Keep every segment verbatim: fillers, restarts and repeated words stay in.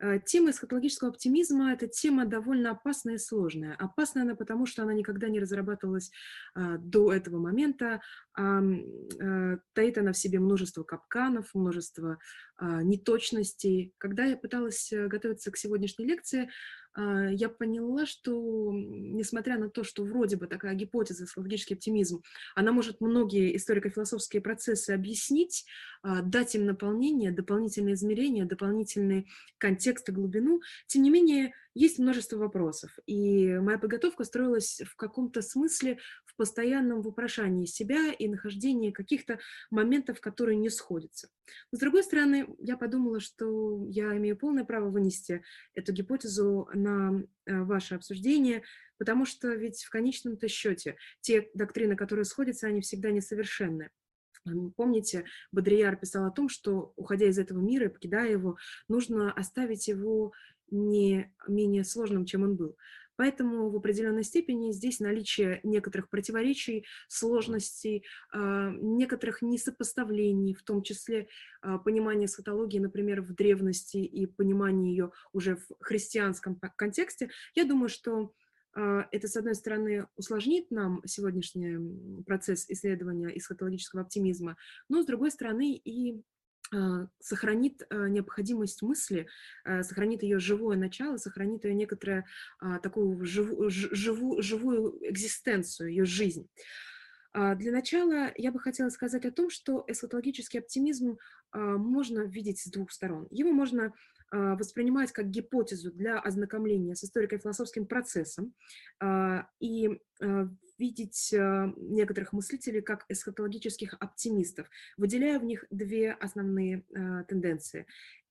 Э, Тема эсхатологического оптимизма — это тема довольно опасная и сложная. Опасная она потому, что она никогда не разрабатывалась а, до этого момента. а, м, э, Таит она в себе множество капканов, множество а, неточностей. Когда я пыталась э, готовиться к сегодняшней лекции, а, я поняла, что, м, несмотря на то, что вроде бы такая гипотеза, эсхатологический оптимизм, она может многие историко-философские процессы объяснить, а, дать им наполнение, дополнительные измерения, дополнительные контекст и глубину. Тем не менее, есть множество вопросов. И моя подготовка строилась в каком-то смысле в постоянном вопрошании себя и нахождении каких-то моментов, которые не сходятся. Но, с другой стороны, я подумала, что я имею полное право вынести эту гипотезу на э, ваше обсуждение, потому что ведь в конечном-то счете те доктрины, которые сходятся, они всегда несовершенны. М, Помните, Бодрияр писал о том, что, уходя из этого мира и покидая его, нужно оставить его не менее сложным, чем он был. Поэтому в определенной степени здесь наличие некоторых противоречий, сложностей, а, некоторых несопоставлений, в том числе а, понимание эсхатологии, например, в древности и понимание ее уже в христианском по- контексте, я думаю, что а, это, с одной стороны, усложнит нам сегодняшний м, процесс исследования эсхатологического оптимизма, но, с другой стороны, и а, сохранит а, необходимость мысли, а, сохранит ее живое начало, сохранит ее некоторую а, такую живу- ж- живу- живую экзистенцию, ее жизнь. А, Для начала я бы хотела сказать о том, что эсхатологический оптимизм а, можно видеть с двух сторон. Его можно а, воспринимать как гипотезу для ознакомления с историко-философским процессом а, и а, видеть а, некоторых мыслителей как эсхатологических оптимистов, выделяя в них две основные а, тенденции.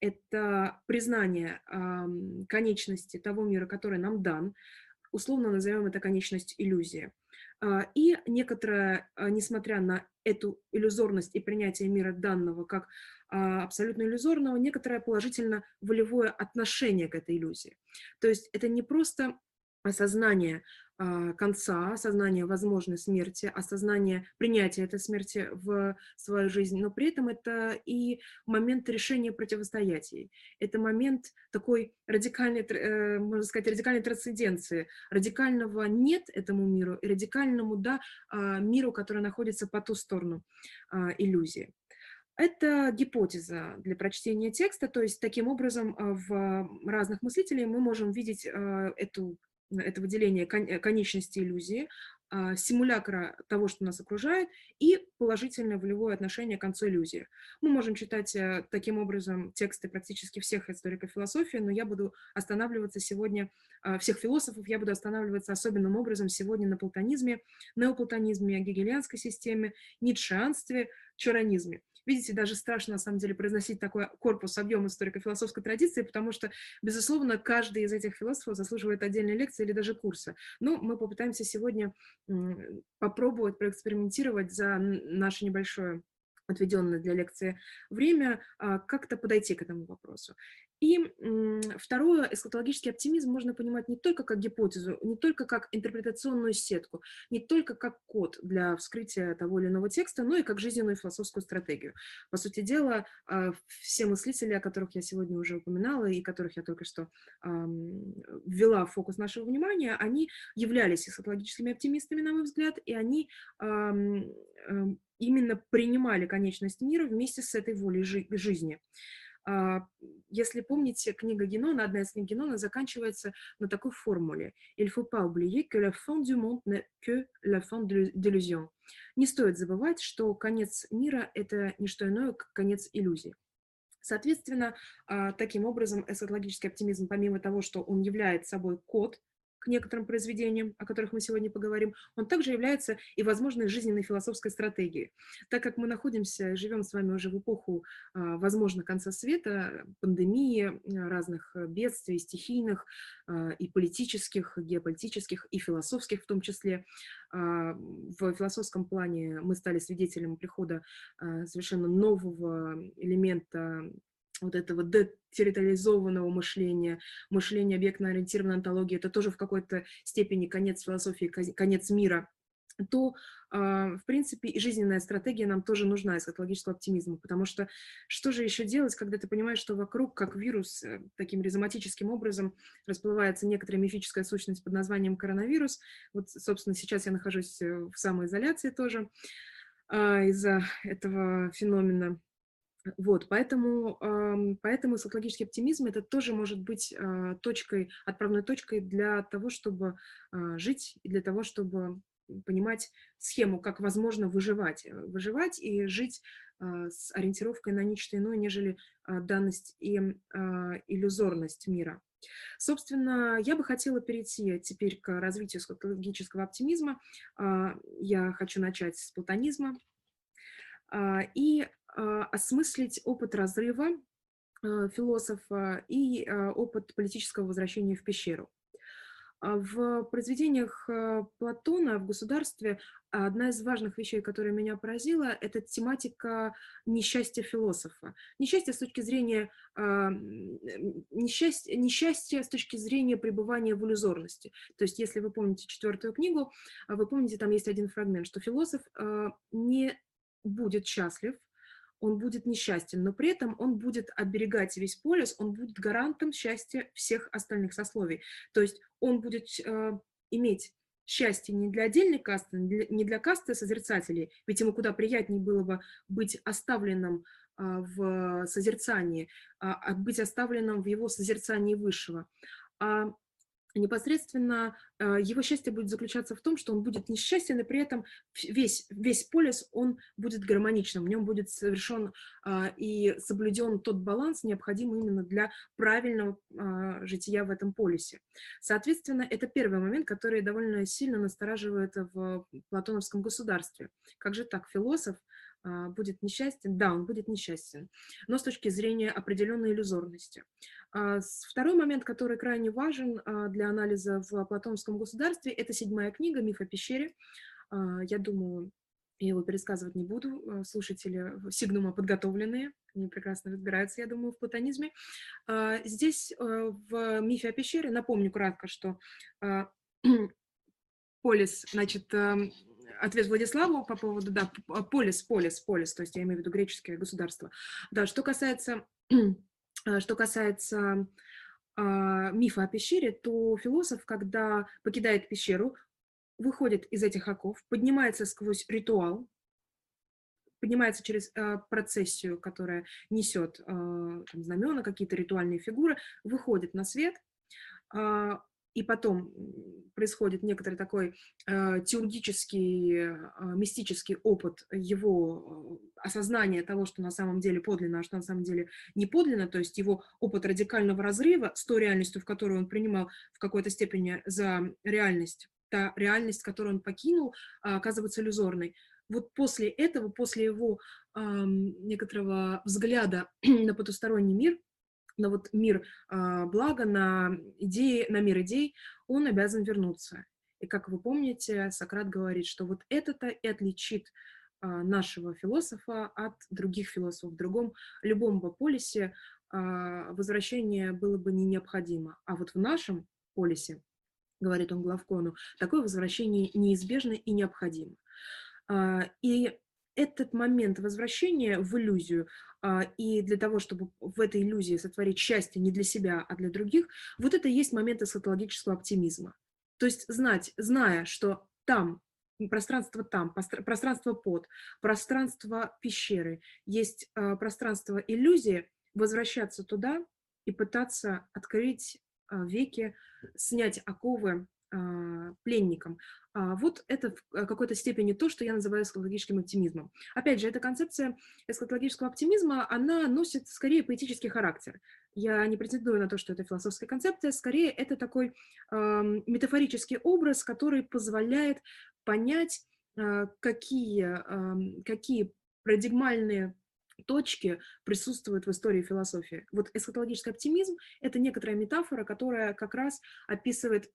Это признание ам, конечности того мира, который нам дан, условно назовем это конечность иллюзии. А, И некоторая, а, несмотря на эту иллюзорность и принятие мира данного как а, абсолютно иллюзорного, некоторое положительно волевое отношение к этой иллюзии. То есть это не просто осознание а, конца, осознание возможной смерти, осознание принятия этой смерти в свою жизнь, но при этом это и момент решения противостоять ей. Это момент такой радикальной, э, можно сказать, радикальной трансценденции, радикального нет этому миру и радикальному да а, миру, который находится по ту сторону а, иллюзии. Это гипотеза для прочтения текста, то есть таким образом а, в разных мыслителей мы можем видеть а, эту, это выделение кон- э, конечности иллюзии, а, симулякра того, что нас окружает, и положительное волевое отношение к концу иллюзии. Мы можем читать э, таким образом тексты практически всех историков философии, но я буду останавливаться сегодня, а, всех философов, я буду останавливаться особенным образом сегодня на платонизме, неоплатонизме, гегелианской системе, ницшеанстве, чаранизме. Видите, даже страшно, на самом деле, произносить такой корпус, объем историко-философской традиции, потому что, безусловно, каждый из этих философов заслуживает отдельной лекции или даже курса. Но мы попытаемся сегодня попробовать проэкспериментировать за наше небольшое отведенное для лекции время, а, как-то подойти к этому вопросу. И м, второе, эсхатологический оптимизм можно понимать не только как гипотезу, не только как интерпретационную сетку, не только как код для вскрытия того или иного текста, но и как жизненную философскую стратегию. По сути дела, а, все мыслители, о которых я сегодня уже упоминала и которых я только что ам, ввела в фокус нашего внимания, они являлись эсхатологическими оптимистами, на мой взгляд, и они ам, ам, именно принимали конечность мира вместе с этой волей жи- жизни. А, Если помните, книга Генона, одна из книг Генона заканчивается на такой формуле: «Il faut pas oublier que la fin du monde n'est que la fin de l'illusion». Не стоит забывать, что конец мира — это не что иное, как конец иллюзии. Соответственно, а, таким образом, эсхатологический оптимизм, помимо того, что он является собой код к некоторым произведениям, о которых мы сегодня поговорим, он также является и возможной жизненной философской стратегией. Так как мы находимся, живем с вами уже в эпоху, а, возможно, конца света, пандемии, а, разных э, бедствий, стихийных, а, и политических, и геополитических, и философских в том числе, а, в философском плане мы стали свидетелями прихода а, совершенно нового элемента вот этого детерриториализованного мышления, мышления объектно-ориентированной онтологии. Это тоже в какой-то степени конец философии, конец мира. то, а, в принципе, и жизненная стратегия нам тоже нужна из экологического оптимизма, потому что что же еще делать, когда ты понимаешь, что вокруг, как вирус, э, таким ризоматическим образом расплывается некоторая мифическая сущность под названием коронавирус. Вот, собственно, сейчас я нахожусь э, в самоизоляции тоже а, из-за этого феномена. Вот, поэтому, ам, поэтому экологический оптимизм это тоже может быть а, точкой, отправной точкой для того, чтобы а, жить и для того, чтобы понимать схему, как возможно выживать, э, выживать и жить а, с ориентировкой на нечто иное, нежели а, данность и а, иллюзорность мира. Собственно, я бы хотела перейти теперь к развитию экологического оптимизма. А, Я хочу начать с платонизма а, и а, осмыслить опыт разрыва а, философа и а, опыт политического возвращения в пещеру. А В произведениях а, Платона в «Государстве» одна из важных вещей, которая меня поразила, это тематика несчастья философа. Несчастье с точки зрения а, м, несчастье, несчастье с точки зрения пребывания в иллюзорности. То есть, если вы помните четвертую книгу, а, вы помните, там есть один фрагмент, что философ а, не будет счастлив, он будет несчастен, но при этом он будет оберегать весь полис, он будет гарантом счастья всех остальных сословий. То есть он будет э, иметь счастье не для отдельной касты, не для, не для касты созерцателей, ведь ему куда приятнее было бы быть оставленным а, в созерцании, а, а быть оставленным в его созерцании высшего. А непосредственно э, его счастье будет заключаться в том, что он будет несчастен, и при этом весь, весь полис, он будет гармоничным, в нем будет совершен а, и соблюден тот баланс, необходимый именно для правильного а, жития в этом полисе. Соответственно, это первый момент, который довольно сильно настораживает в платоновском государстве. Как же так, философ а, будет несчастен? Да, он будет несчастен, но с точки зрения определенной иллюзорности. А, Второй момент, который крайне важен а, для анализа в платоновском государстве, это седьмая книга «Миф о пещере». А, Я думаю, я его пересказывать не буду. А, Слушатели Сигнума подготовленные, они прекрасно разбираются, я думаю, в платонизме. А, Здесь а, в «Мифе о пещере» напомню кратко, что а, Полис, значит, ам, ответ Владиславу по поводу, да, п- полис, полис, полис, то есть я имею в виду греческое государство. Да, что касается, а, что касается а, мифа о пещере, то философ, когда покидает пещеру, выходит из этих оков, поднимается сквозь ритуал, поднимается через а, процессию, которая несет а, там, знамена, какие-то ритуальные фигуры, выходит на свет, а, и потом происходит некоторый такой э, теургический, э, мистический опыт его э, осознания того, что на самом деле подлинно, а что на самом деле не подлинно, то есть его опыт радикального разрыва с той реальностью, в которую он принимал в какой-то степени за реальность, та реальность, которую он покинул, а, оказывается иллюзорной. Вот после этого, после его э, некоторого взгляда на потусторонний мир, на вот мир а, блага, на идеи, на мир идей, он обязан вернуться. И как вы помните, Сократ говорит, что вот это-то и отличит а, нашего философа от других философов. В другом, любом бы полисе а, возвращение было бы не необходимо. А вот в нашем полисе, говорит он Главкону, такое возвращение неизбежно и необходимо. А, И этот момент возвращения в иллюзию, а, и для того, чтобы в этой иллюзии сотворить счастье не для себя, а для других, вот это и есть момент эсхатологического оптимизма. То есть знать, зная, что там, пространство там, пространство под, пространство пещеры, есть а, пространство иллюзии, возвращаться туда и пытаться открыть а, веки, снять оковы а, пленникам. А, Вот это в э, какой-то степени то, что я называю эсхатологическим оптимизмом. Опять же, эта концепция эсхатологического оптимизма, она носит скорее поэтический характер. Я не претендую на то, что это философская концепция, скорее это такой эм, метафорический образ, который позволяет понять, э, какие, эм, какие парадигмальные точки присутствуют в истории философии. Вот эсхатологический оптимизм — это некоторая метафора, которая как раз описывает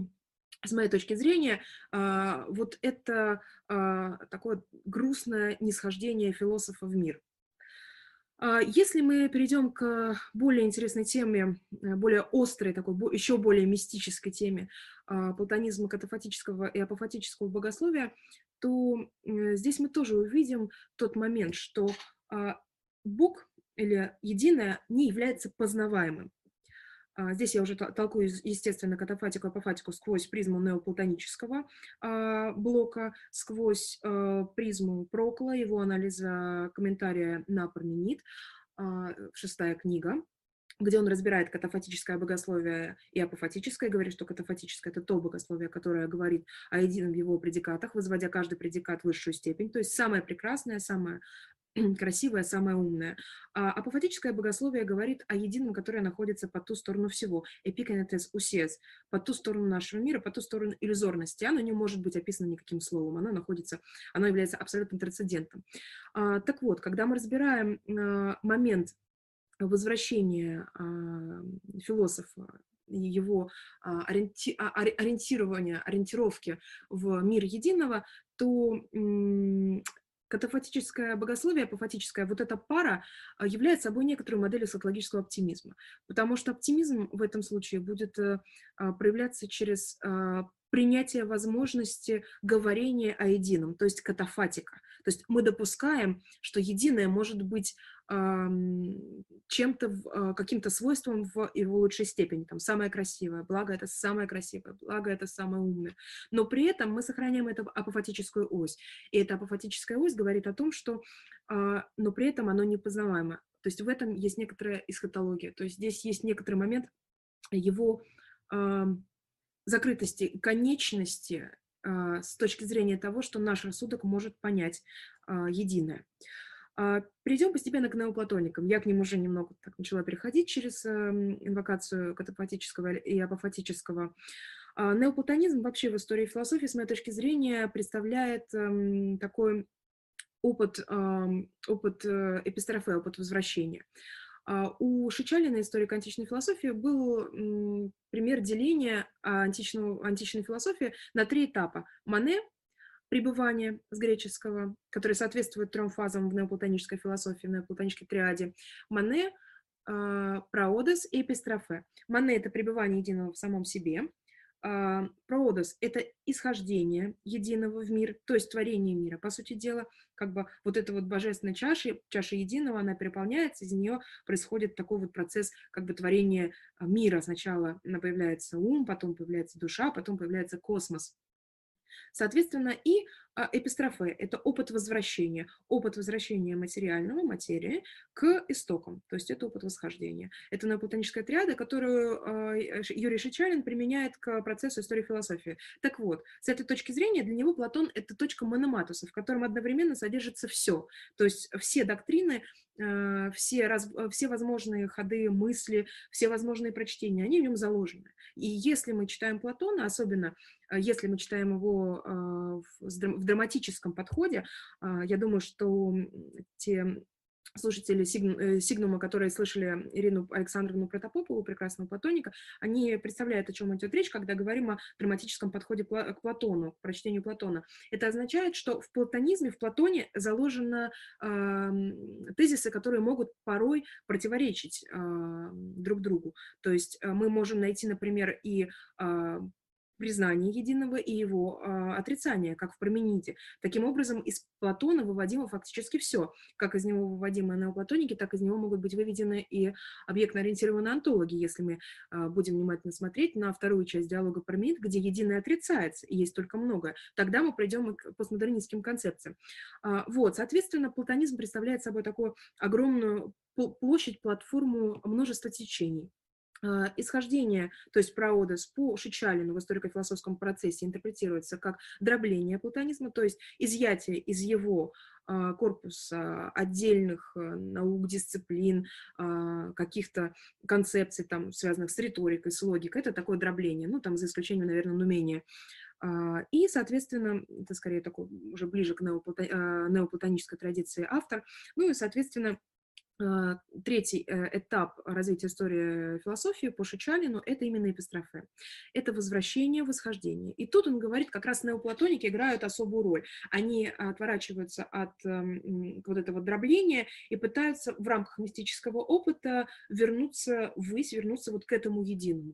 с моей точки зрения, а, вот это а, такое грустное нисхождение философа в мир. А, Если мы перейдем к более интересной теме, э, более острой, такой, бо- еще более мистической теме а, платонизма катафатического и апофатического богословия, то э, здесь мы тоже увидим тот момент, что а, Бог или единое не является познаваемым. А, Здесь я уже то- толкую, ес- естественно, катафатику и апофатику сквозь призму неоплатонического а, блока, сквозь а, призму Прокла, его анализа комментария на Парменид, а, шестая книга, где он разбирает катафатическое богословие и апофатическое, говорит, что катафатическое — это то богословие, которое говорит о едином его предикатах, возводя каждый предикат в высшую степень, то есть самое прекрасное, самое красивое, самое умное. А апофатическое богословие говорит о едином, которое находится по ту сторону всего. Эпиканетес усес, по ту сторону нашего мира, по ту сторону иллюзорности. Оно не может быть описано никаким словом. Оно находится, оно является абсолютным трансцендентом. А, так вот, когда мы разбираем а, момент возвращения а, философа и его а, ориенти- а, ори- ориентирования, ориентировки в мир единого, то м, катафатическое богословие, апофатическое, вот эта пара а, является собой некоторую модель эсхатологического оптимизма, потому что оптимизм в этом случае будет э, а, проявляться через а, принятие возможности говорения о едином, то есть катафатика. То есть мы допускаем, что единое может быть ам, чем-то, в- а, каким-то свойством в его лучшей степени. Там самое красивое, благо это самое красивое, благо это самое умное. Но при этом мы сохраняем эту апофатическую ось. И эта апофатическая ось говорит о том, что, а, но при этом оно непознаваемо. То есть в этом есть некоторая эсхатология. То есть здесь есть некоторый момент его ам, закрытости, конечности а, с точки зрения того, что наш рассудок может понять а, единое. А, Перейдем постепенно к неоплатоникам. Я к ним уже немного так начала переходить через эм, инвокацию катафатического и апофатического. А, Неоплатонизм вообще в истории философии, с моей точки зрения, представляет эм, такой опыт, ам, опыт э, эпистрофе, опыт возвращения. А, У Шичалина, историка античной философии, был м, пример деления античного, античной философии на три этапа. Мане — пребывание с греческого, который соответствует трем фазам в неоплатонической философии, в неоплатонической триаде. Мане, а, проодос и эпистрофе. Мане — это пребывание единого в самом себе. А, проодос — это исхождение единого в мир, то есть творение мира, по сути дела. Как бы вот эта вот божественная чаша, чаша единого, она переполняется, из нее происходит такой вот процесс как бы творения а, мира. Сначала появляется ум, потом появляется душа, потом появляется космос. Соответственно, и а, эпистрофе — это опыт возвращения, опыт возвращения материального, материи, к истокам, то есть это опыт восхождения. Это неоплатоническая триада, которую а, Юрий Шичалин применяет к процессу истории философии. Так вот, с этой точки зрения для него Платон — это точка мономатуса, в котором одновременно содержится все, то есть все доктрины, а, все, раз, все возможные ходы мысли, все возможные прочтения, они в нем заложены. И если мы читаем Платона, особенно а, если мы читаем его а, в, в драматическом подходе, а, я думаю, что те слушатели Сигн- Сигнума, которые слышали Ирину Александровну Протопопову, прекрасного платоника, они представляют, о чем идет речь, когда говорим о драматическом подходе к Платону, к прочтению Платона. Это означает, что в платонизме, в Платоне заложены э, тезисы, которые могут порой противоречить э, друг другу. То есть э, мы можем найти, например, и э, признание единого и его э, отрицание, как в Пармениде. Таким образом, из Платона выводимо фактически все. Как из него выводимы неоплатоники, так из него могут быть выведены и объектно-ориентированные онтологи, если мы э, будем внимательно смотреть на вторую часть диалога Парменид, где единое отрицается, и есть только многое. Тогда мы придем к постмодернистским концепциям. А, вот, соответственно, платонизм представляет собой такую огромную площадь, платформу множества течений. А, Исхождение, то есть проодос по Шичалину в историко-философском процессе интерпретируется как дробление платонизма, то есть изъятие из его а, корпуса отдельных а, наук, дисциплин, а, каких-то концепций, там, связанных с риторикой, с логикой. Это такое дробление, ну, там, за исключением, наверное, Нумения. А, И, соответственно, это скорее такой уже ближе к неоплата- а, неоплатонической традиции автор. Ну и, соответственно, А, третий, э, этап развития истории философии по Шичалину — это именно эпистрофе. Это возвращение, восхождение. И тут он говорит, как раз неоплатоники играют особую роль. Они отворачиваются от м, вот этого дробления и пытаются в рамках мистического опыта вернуться ввысь, вернуться вот к этому единому.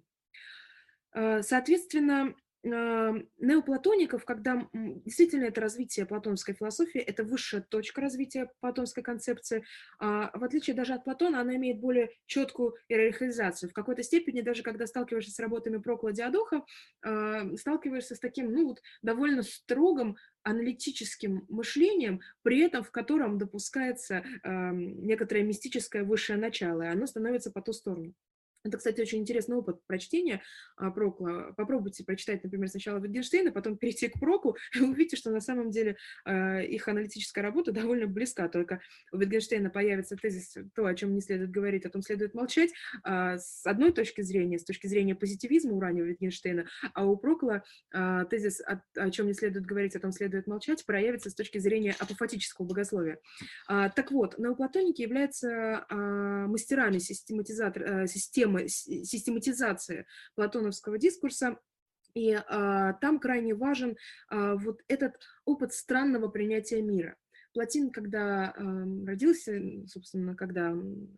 Э, Соответственно, э, неоплатоников, когда м, действительно это развитие платоновской философии, это высшая точка развития платоновской концепции, а, в отличие даже от Платона, она имеет более четкую иерархизацию. В какой-то степени, даже когда сталкиваешься с работами Прокла Диадоха, э, сталкиваешься с таким, ну, вот, довольно строгим аналитическим мышлением, при этом в котором допускается э, некоторое мистическое высшее начало, и оно становится по ту сторону. Это, кстати, очень интересный опыт прочтения а, Прокла. Попробуйте прочитать, например, сначала Wittgensteina, потом перейти к Проклу, и вы увидите, что на самом деле а, их аналитическая работа довольно близка. Только у Wittgensteina появится тезис, то, о чем не следует говорить, о том следует молчать, а, с одной точки зрения, с точки зрения позитивизма у раннего Wittgensteina, а у Прокла а, тезис, о, о чем не следует говорить, о том следует молчать, проявится с точки зрения апофатического богословия. А, так вот, неоплатоники являются а, мастерами систематизатор, а, системы, систематизации платоновского дискурса, и а, там крайне важен а, вот этот опыт странного принятия мира. Платин, когда а, родился, собственно, когда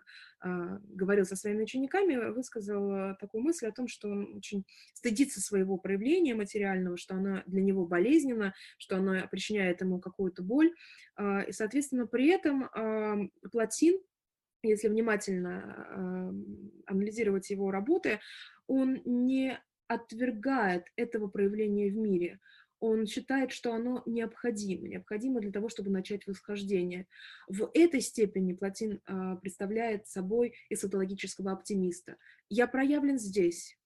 а, говорил со своими учениками, высказал такую мысль о том, что он очень стыдится своего проявления материального, что оно для него болезненно, что оно причиняет ему какую-то боль. А, и, соответственно, при этом а, Платин, если внимательно а, анализировать его работы, он не отвергает этого проявления в мире. Он считает, что оно необходимо, необходимо для того, чтобы начать восхождение. В этой степени Платин а, представляет собой эсхатологического оптимиста. Я проявлен здесь,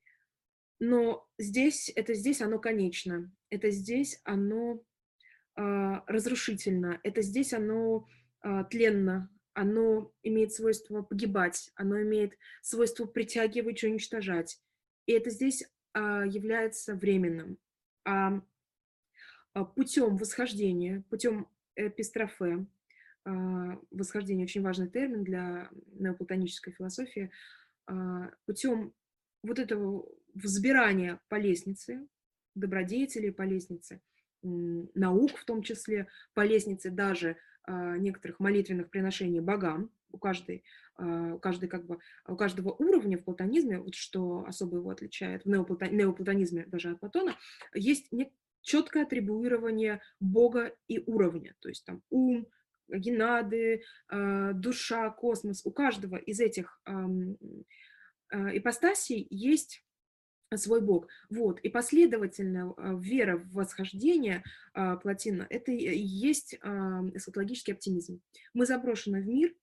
но здесь, это здесь оно конечно, это здесь оно а, разрушительно, это здесь оно а, тленно, оно имеет свойство погибать, оно имеет свойство притягивать и уничтожать. И это здесь а, является временным. А, а, путем восхождения, путем эпистрофе, а, восхождение — очень важный термин для неоплатонической философии, а, путем вот этого взбирания по лестнице, добродетелей по лестнице, м, наук в том числе, по лестнице даже а, некоторых молитвенных приношений богам, у каждой, а, у каждой как бы, у каждого уровня в платонизме, вот что особо его отличает, в неоплата- неоплатонизме даже от Платона, есть не- четкое атрибуирование Бога и уровня, то есть там ум, генады, а, душа, космос. У каждого из этих ам, а, ипостасей есть свой бог. Вот. И последовательно а, вера в восхождение а, Платина — это и есть а, эсхатологический оптимизм. Мы заброшены в мир,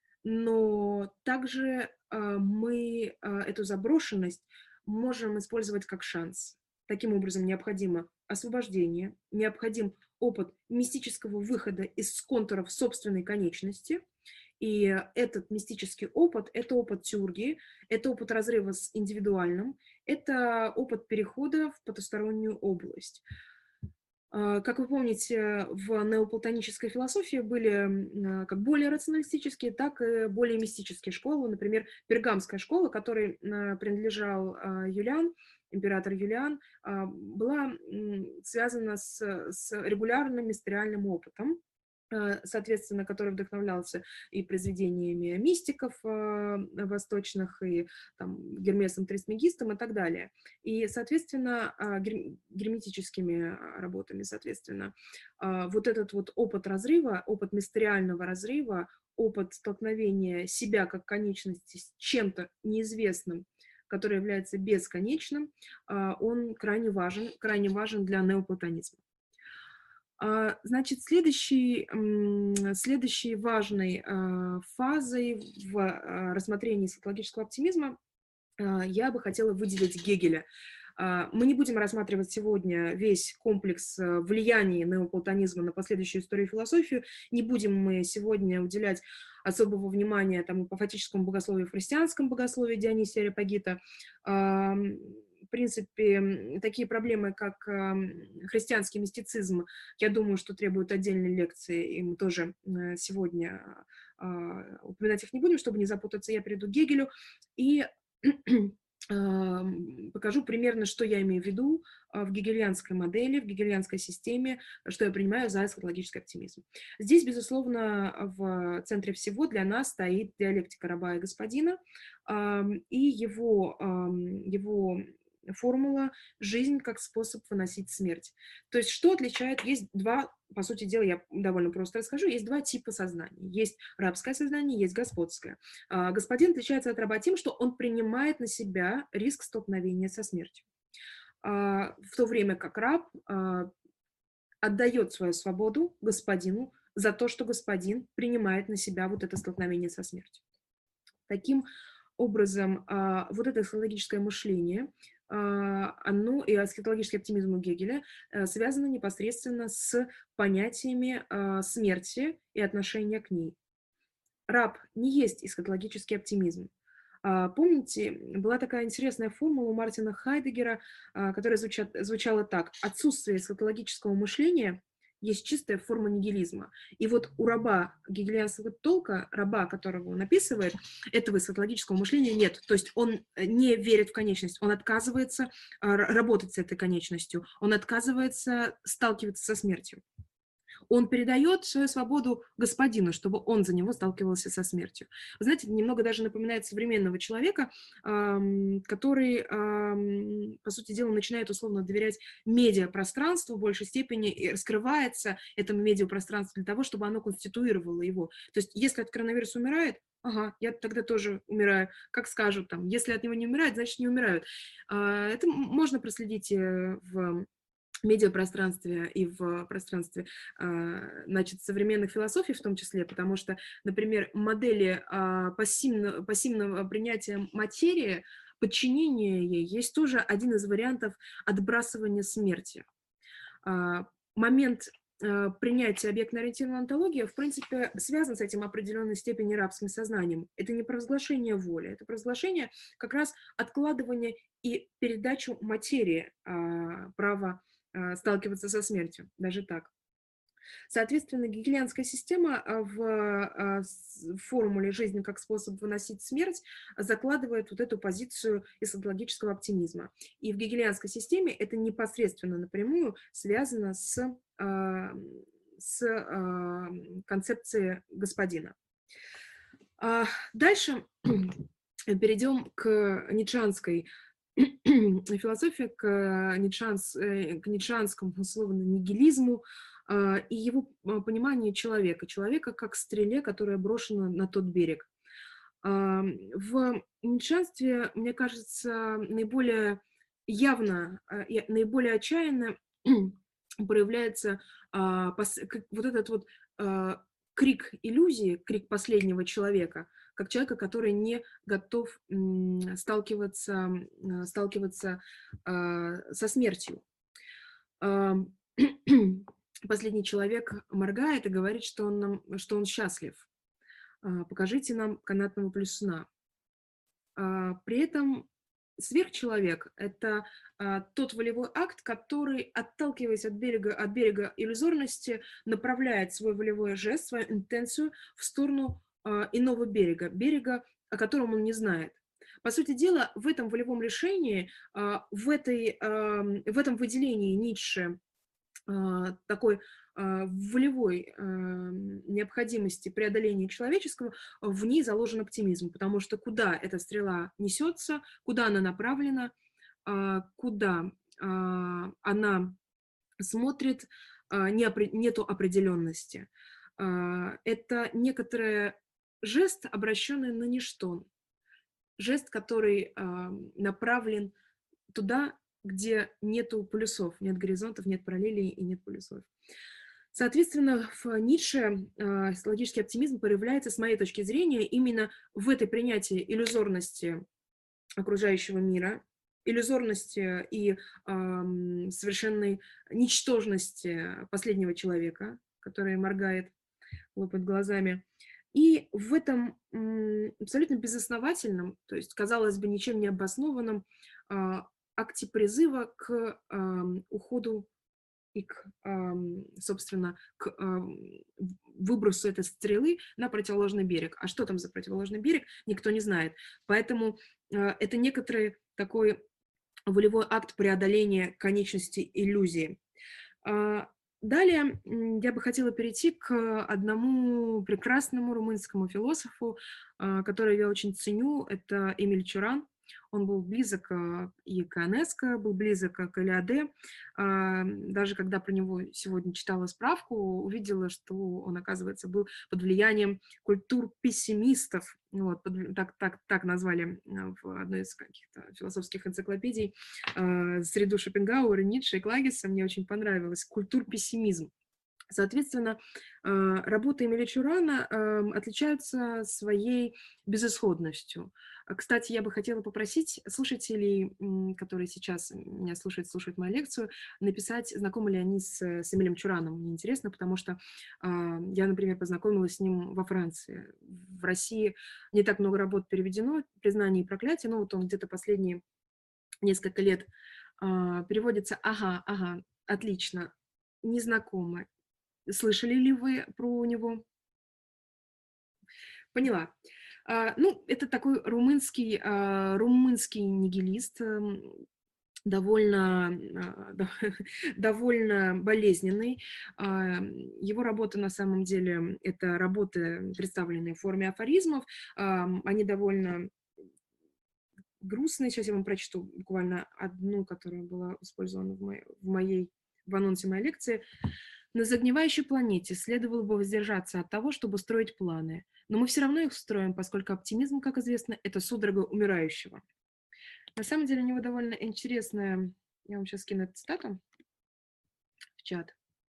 но также а, мы а, эту заброшенность можем использовать как шанс. Таким образом, необходимо освобождение, необходим опыт мистического выхода из контуров собственной конечности. И этот мистический опыт — это опыт тюргии, это опыт разрыва с индивидуальным, это опыт перехода в потустороннюю область. А, Как вы помните, в неоплатонической философии были м, а, как более рационалистические, так и более мистические школы. Например, пергамская школа, которой а, принадлежал а, Юлиан, император Юлиан, а, была м, связана с, с регулярным мистериальным опытом, а, соответственно, который вдохновлялся и произведениями мистиков а, восточных, и там, Гермесом Трисмегистом и так далее. И, соответственно, а, гер- герметическими а, работами, соответственно, а, вот этот вот опыт разрыва, опыт мистериального разрыва, опыт столкновения себя как конечности с чем-то неизвестным, который является бесконечным, а, он крайне важен, крайне важен для неоплатонизма. А, Значит, следующей, м, следующей важной а, фазой в а, рассмотрении сатологического оптимизма а, я бы хотела выделить Гегеля. А, Мы не будем рассматривать сегодня весь комплекс а, влияний неоплатонизма на последующую историю и философию. Не будем мы сегодня уделять особого внимания там, апофатическому богословию в христианском богословии Дионисия Ареопагита. А, в принципе, м, такие проблемы, как ам, христианский мистицизм, я думаю, что требуют отдельной лекции, и мы тоже э, сегодня а, упоминать их не будем, чтобы не запутаться. Я перейду к Гегелю и ам, покажу примерно, что я имею в виду а, в гегельянской модели, в гегельянской системе, что я принимаю за эсхатологический оптимизм. Здесь, безусловно, в центре всего для нас стоит диалектика раба и господина, ам, и его, ам, его формула «жизнь как способ выносить смерть». То есть что отличает? Есть два, по сути дела, я довольно просто расскажу, есть два типа сознания. Есть рабское сознание, есть господское. А, Господин отличается от раба тем, что он принимает на себя риск столкновения со смертью. А, В то время как раб а, отдает свою свободу господину за то, что господин принимает на себя вот это столкновение со смертью. Таким образом, а, вот это эсхатологическое мышление, а, оно и эсхатологический оптимизм у Гегеля э, связано непосредственно с понятиями а, смерти и отношения к ней. Раб не есть эсхатологический оптимизм. А, Помните, была такая интересная формула у Мартина Хайдеггера, а, которая звучат- звучала так: отсутствие эсхатологического мышления есть чистая форма нигилизма. И вот у раба гегельянского толка, раба, которого он описывает, этого эсхатологического мышления нет. То есть он э, не верит в конечность, он отказывается а, р- работать с этой конечностью, он отказывается сталкиваться со смертью. Он передает свою свободу господину, чтобы он за него сталкивался со смертью. Вы знаете, это немного даже напоминает современного человека, ам, который, ам, по сути дела, начинает условно доверять медиапространству в большей степени и раскрывается этому медиапространству для того, чтобы оно конституировало его. То есть если от коронавируса умирает, ага, я тогда тоже умираю, как скажут там. Если от него не умирают, значит не умирают. А, Это можно проследить э, в медиапространстве и в пространстве, а, значит, современных философий в том числе, потому что, например, модели а, пассивно, пассивного принятия материи, подчинения ей, есть тоже один из вариантов отбрасывания смерти. А, Момент а, принятия объектно-ориентированной онтологии, в принципе, связан с этим определенной степени рабским сознанием. Это не провозглашение воли, это провозглашение как раз откладывания и передачу материи а, права а, сталкиваться со смертью, даже так. Соответственно, гегельянская система а, в а, с- в формуле «жизнь как способ выносить смерть» закладывает вот эту позицию эсхатологического оптимизма. И в гегельянской системе это непосредственно напрямую связано с, а, с а, концепцией господина. А, Дальше перейдем к ницшеанской философии, к, ницшеанс, э, к ницшеанскому условно нигилизму а, и его а, пониманию человека. Человека как стреле, которая брошена на тот берег. А, В ницшеанстве, мне кажется, наиболее явно а, и наиболее отчаянно проявляется а, пос- как- вот этот вот а, крик иллюзии, крик последнего человека, как человека, который не готов м, сталкиваться, м, сталкиваться а, со смертью. А, Последний человек моргает и говорит, что он, нам, что он счастлив. А, Покажите нам канатного плюсуна. А, При этом сверхчеловек — это а, тот волевой акт, который, отталкиваясь от берега, от берега иллюзорности, направляет свой волевой жест, свою интенцию в сторону а, иного берега, берега, о котором он не знает. По сути дела, в этом волевом решении, а, в, этой, а, в этом выделении Ницше а, такой а, волевой а, необходимости преодоления человеческого, в ней заложен оптимизм, потому что куда эта стрела несется, куда она направлена, а, куда а, она смотрит, а, не опре- нету определенности. А, Это некоторый жест, обращенный на ничто, жест, который а, направлен туда, где нету полюсов, нет горизонтов, нет параллелей и нет полюсов. Соответственно, в Ницше э, логический оптимизм проявляется, с моей точки зрения, именно в этой принятии иллюзорности окружающего мира, иллюзорности и эм, совершенной ничтожности последнего человека, который моргает, лопает глазами. И в этом м, абсолютно безосновательном, то есть, казалось бы, ничем не обоснованном, а, акте призыва к ам, уходу и к, ам, собственно, к ам, выбросу этой стрелы на противоположный берег. А что там за противоположный берег, никто не знает. Поэтому а, это некоторый такой волевой акт преодоления конечности иллюзии. А, Далее м, я бы хотела перейти к одному прекрасному румынскому философу, а, которого я очень ценю. Это Эмиль Чоран. Он был близок а, и к Ионеско, был близок а, к Илиаде. А, Даже когда про него сегодня читала справку, увидела, что он, оказывается, был под влиянием культур пессимистов. Вот, под- так, так, так назвали а, в одной из каких-то философских энциклопедий э, среду Шопенгауэра, Ницше и Клагиса. Мне очень понравилось. Культур-пессимизм. Соответственно, э, работы Эмиля Чурана э, отличаются своей безысходностью. А, Кстати, я бы хотела попросить слушателей, м, которые сейчас меня слушают, слушают мою лекцию, написать, знакомы ли они с, с Эмилем Чураном. Мне интересно, потому что э, я, например, познакомилась с ним во Франции. В России не так много работ переведено, «Признание и проклятие», но вот он где-то последние несколько лет а, переводится «ага, ага, отлично, незнакомо». Слышали ли вы про него? Поняла. А, ну, это такой румынский, а, румынский нигилист, эм, довольно, а, да, довольно болезненный. А, Его работы на самом деле это работы, представленные в форме афоризмов. Ам, Они довольно грустные. Сейчас я вам прочту буквально одну, которая была использована в моей, в моей в анонсе моей лекции. На загнивающей планете следовало бы воздержаться от того, чтобы строить планы. Но мы все равно их строим, поскольку оптимизм, как известно, это судорога умирающего. На самом деле у него довольно интересная, я вам сейчас скину эту цитату в чат.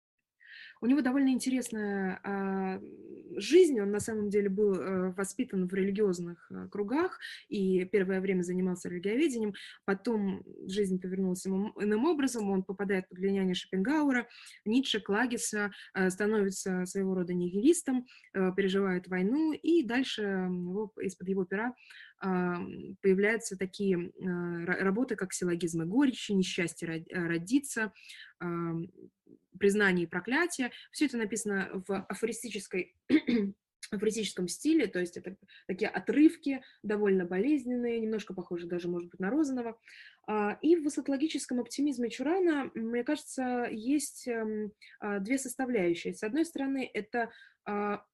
У него довольно интересная а, жизнь. Он на самом деле был а, воспитан в религиозных а, кругах и первое время занимался религиоведением. Потом жизнь повернулась ему иным образом. Он попадает под влияние Шопенгауэра, Ницше, Клагиса, а, становится своего рода нигилистом, а, переживает войну, и дальше его, из-под его пера а, появляются такие а, работы, как «Силлогизмы горечи», «Несчастье родиться», а, «Признание и проклятие». Все это написано в афористической афористическом стиле, то есть это такие отрывки, довольно болезненные, немножко похожи даже, может быть, на Розанова. А, И в эсхатологическом оптимизме Чурана, мне кажется, есть эм, а, две составляющие. С одной стороны, это а,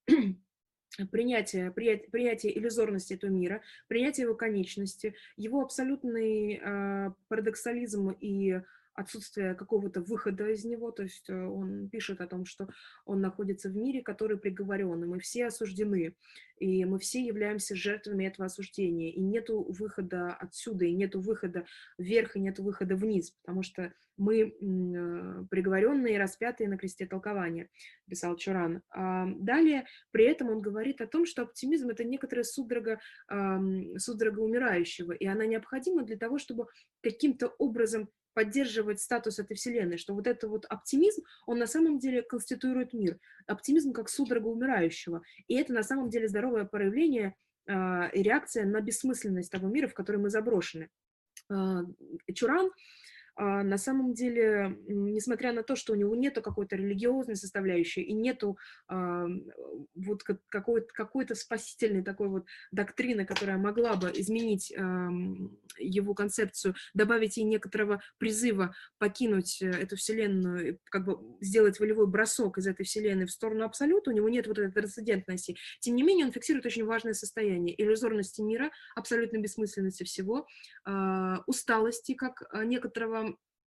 принятие, принятие, принятие иллюзорности этого мира, принятие его конечности, его абсолютный а, парадоксализм и отсутствие какого-то выхода из него, то есть э, он пишет о том, что он находится в мире, который приговорен, и мы все осуждены, и мы все являемся жертвами этого осуждения, и нету выхода отсюда, и нету выхода вверх, и нету выхода вниз, потому что мы м, э, приговоренные и распятые на кресте толкования, писал Чоран. А далее при этом он говорит о том, что оптимизм — это некоторая судорога, ам, судорога умирающего, и она необходима для того, чтобы каким-то образом поддерживать статус этой вселенной, что вот этот вот оптимизм, он на самом деле конституирует мир. Оптимизм как судорога умирающего. И это на самом деле здоровое проявление а, и реакция на бессмысленность того мира, в который мы заброшены. А, Чуран а, на самом деле, несмотря на то, что у него нету какой-то религиозной составляющей и нету а, вот какой-то, какой-то спасительной такой вот доктрины, которая могла бы изменить а, его концепцию, добавить ей некоторого призыва покинуть э, эту вселенную, как бы сделать волевой бросок из этой вселенной в сторону абсолюта, у него нет вот этой трансцендентности. Тем не менее, он фиксирует очень важное состояние иллюзорности мира, абсолютной бессмысленности всего, а, усталости как а, некоторого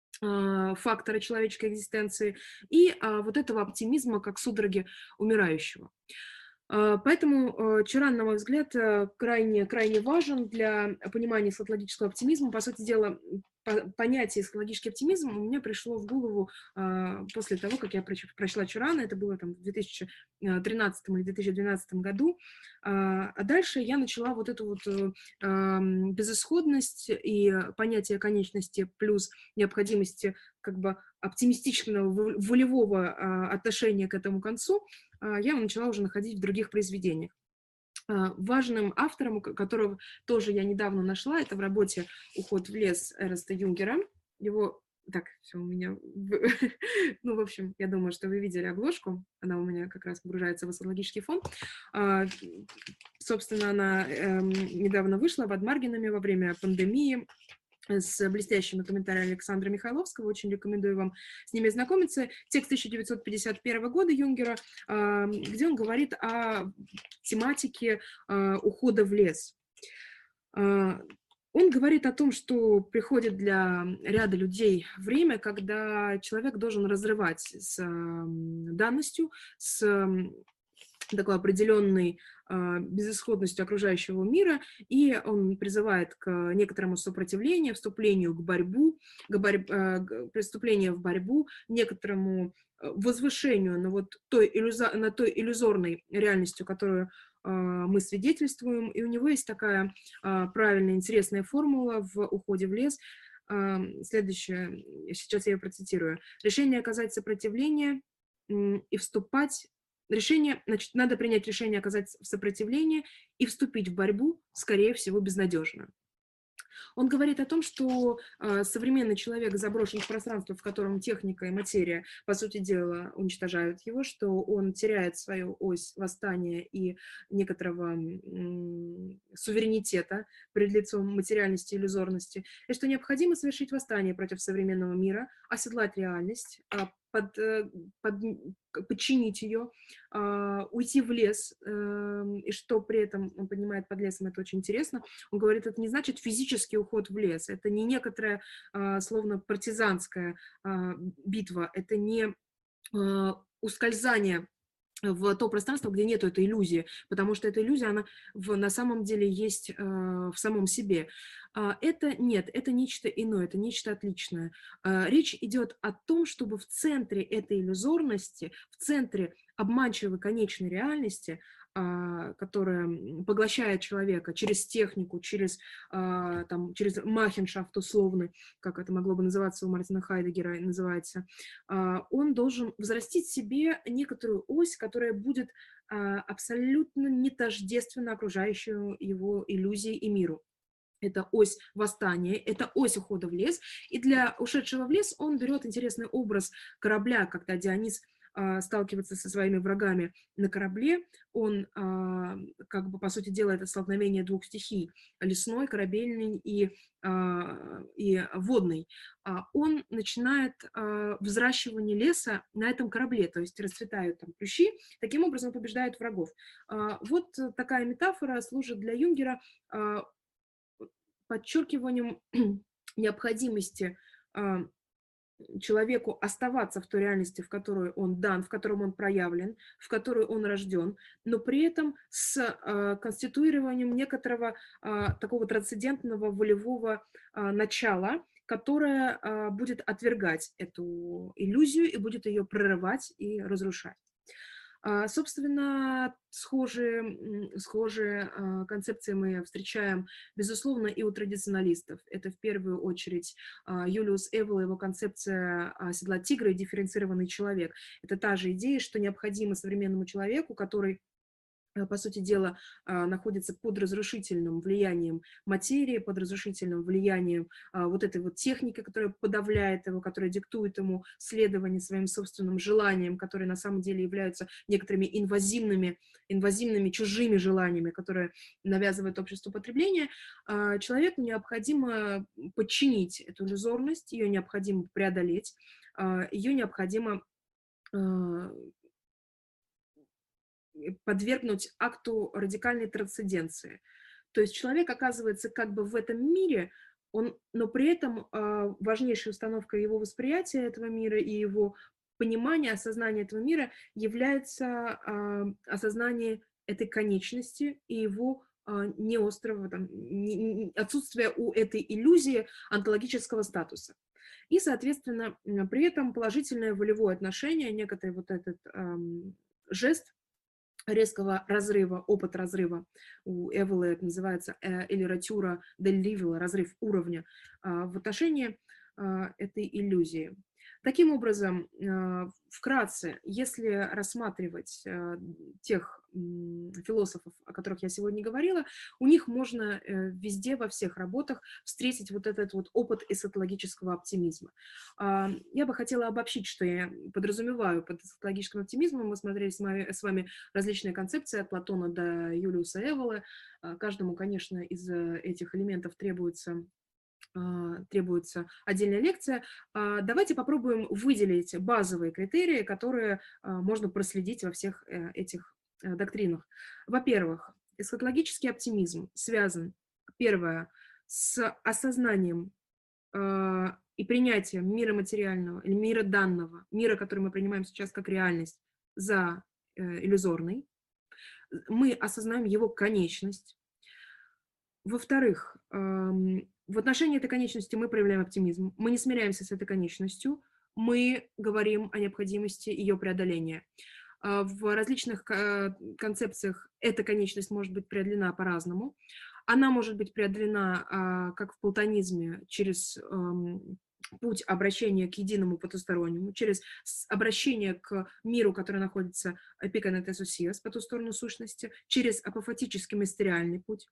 а, фактора человеческой экзистенции и а, вот этого оптимизма как судороги умирающего. А, Поэтому э, Чоран, на мой взгляд, э, крайне, крайне важен для понимания эсхатологического оптимизма. По сути дела, по- понятие эсхатологический оптимизм у меня пришло в голову а, после того, как я проч- прочла Чорана. Это было там в две тысячи тринадцатом или две тысячи двенадцатом году. А а дальше я начала вот эту вот э, ам, безысходность и понятие конечности плюс необходимости как бы оптимистичного вол- волевого а, отношения к этому концу а, я его начала уже находить в других произведениях. А, важным автором, к которого тоже я недавно нашла, это в работе «Уход в лес» Эрнста Юнгера. Его так, все у меня в ну, в общем, я думаю, что вы видели обложку. Она у меня как раз погружается в астрологический фон. А, собственно, она, эм, недавно вышла в Адмаргинами во время пандемии с блестящими комментариями Александра Михайловского. Очень рекомендую вам с ними ознакомиться. Текст тысяча девятьсот пятьдесят первого года Юнгера, а, где он говорит о тематике а, ухода в лес. А, Он говорит о том, что приходит для ряда людей время, когда человек должен разрывать с ам, данностью, с ам, такой определенной а, безысходностью окружающего мира, и он призывает к некоторому сопротивлению, вступлению к борьбу, к борь- а, к преступлению в борьбу, некоторому э, возвышению на, вот той, иллюза- на той иллюзорной реальностью, которую а, мы свидетельствуем. И у него есть такая а, правильная, интересная формула в «Уходе в лес». А, Следующее, сейчас я ее процитирую. «Решение оказать сопротивление м, и вступать Решение, значит, надо принять решение оказать сопротивление и вступить в борьбу, скорее всего, безнадежно». Он говорит о том, что э, современный человек заброшен в пространство, в котором техника и материя, по сути дела, уничтожают его, что он теряет свою ось восстания и некоторого м, суверенитета пред лицом материальности и иллюзорности, и что необходимо совершить восстание против современного мира, оседлать реальность, а, под, э, под, подчинить ее, а, уйти в лес, э, и что при этом он понимает под лесом, это очень интересно. Он говорит, это не значит физический уход в лес, это не некоторая, а, словно партизанская а, битва, это не а, ускользание в то пространство, где нету этой иллюзии, потому что эта иллюзия, она в, на самом деле есть э, в самом себе. А, это нет, это нечто иное, это нечто отличное. А, речь идет о том, чтобы в центре этой иллюзорности, в центре обманчивой конечной реальности, а, которая поглощает человека через технику, через, а, там, через махеншафт условный, как это могло бы называться у Мартина Хайдеггера, называется, а, он должен взрастить себе некоторую ось, которая будет а, абсолютно не тождественна окружающему его иллюзии и миру. Это ось восстания, это ось ухода в лес. И для ушедшего в лес он берет интересный образ корабля, когда Дионис а, сталкивается со своими врагами на корабле. Он, а, как бы, по сути дела, это столкновение двух стихий, лесной, корабельный и, а, и водный. А, он начинает а, взращивание леса на этом корабле, то есть расцветают там плющи, таким образом он побеждает врагов. А, вот такая метафора служит для Юнгера а, подчеркиванием необходимости а, человеку оставаться в той реальности, в которую он дан, в котором он проявлен, в которую он рожден, но при этом с а, конституированием некоторого а, такого трансцендентного волевого а, начала, которое а, будет отвергать эту иллюзию и будет ее прорывать и разрушать. А, Собственно, схожие, схожие а, концепции мы встречаем, безусловно, и у традиционалистов. Это в первую очередь а, Юлиус Эвел, его концепция седла тигра и дифференцированный человек. Это та же идея, что необходимо современному человеку, который по сути дела, находится под разрушительным влиянием материи, под разрушительным влиянием вот этой вот техники, которая подавляет его, которая диктует ему следование своим собственным желаниям, которые на самом деле являются некоторыми инвазивными, инвазивными чужими желаниями, которые навязывает общество потребления. Человеку необходимо подчинить эту иллюзорность, ее необходимо преодолеть, ее необходимо подвергнуть акту радикальной трансценденции. То есть человек оказывается как бы в этом мире, он, но при этом э, важнейшей установкой его восприятия этого мира и его понимания, осознания этого мира является э, осознание этой конечности и его э, неострого, там, не, не, отсутствие у этой иллюзии онтологического статуса. И, соответственно, при этом положительное волевое отношение, некоторый вот этот эм, жест резкого разрыва, опыт разрыва, у Эвелы это называется элиратюра дель ливела, разрыв уровня, в отношении а, этой иллюзии. Таким образом, а, вкратце, если рассматривать а, тех м, философов, о которых я сегодня говорила, у них можно э, везде, во всех работах встретить вот этот вот опыт эсхатологического оптимизма. А, Я бы хотела обобщить, что я подразумеваю под эсхатологическим оптимизмом. Мы смотрели с вами, с вами различные концепции от Платона до Юлиуса Эвола. А, Каждому, конечно, из э, этих элементов требуется а, требуется отдельная лекция. А, Давайте попробуем выделить базовые критерии, которые а, можно проследить во всех э, этих э, доктринах. Во-первых, эсхатологический оптимизм связан, первое, с осознанием а, и принятием мира материального или мира данного, мира, который мы принимаем сейчас как реальность, за э, иллюзорный. Мы осознаем его конечность. Во-вторых, ам, в отношении этой конечности мы проявляем оптимизм. Мы не смиряемся с этой конечностью, мы говорим о необходимости ее преодоления. А, В различных ка- концепциях эта конечность может быть преодолена по-разному. Она может быть преодолена, а, как в платонизме, через ам, путь обращения к единому потустороннему, через с- обращение к миру, который находится эпиканетесусиас, по ту сторону сущности, через апофатический мистериальный путь.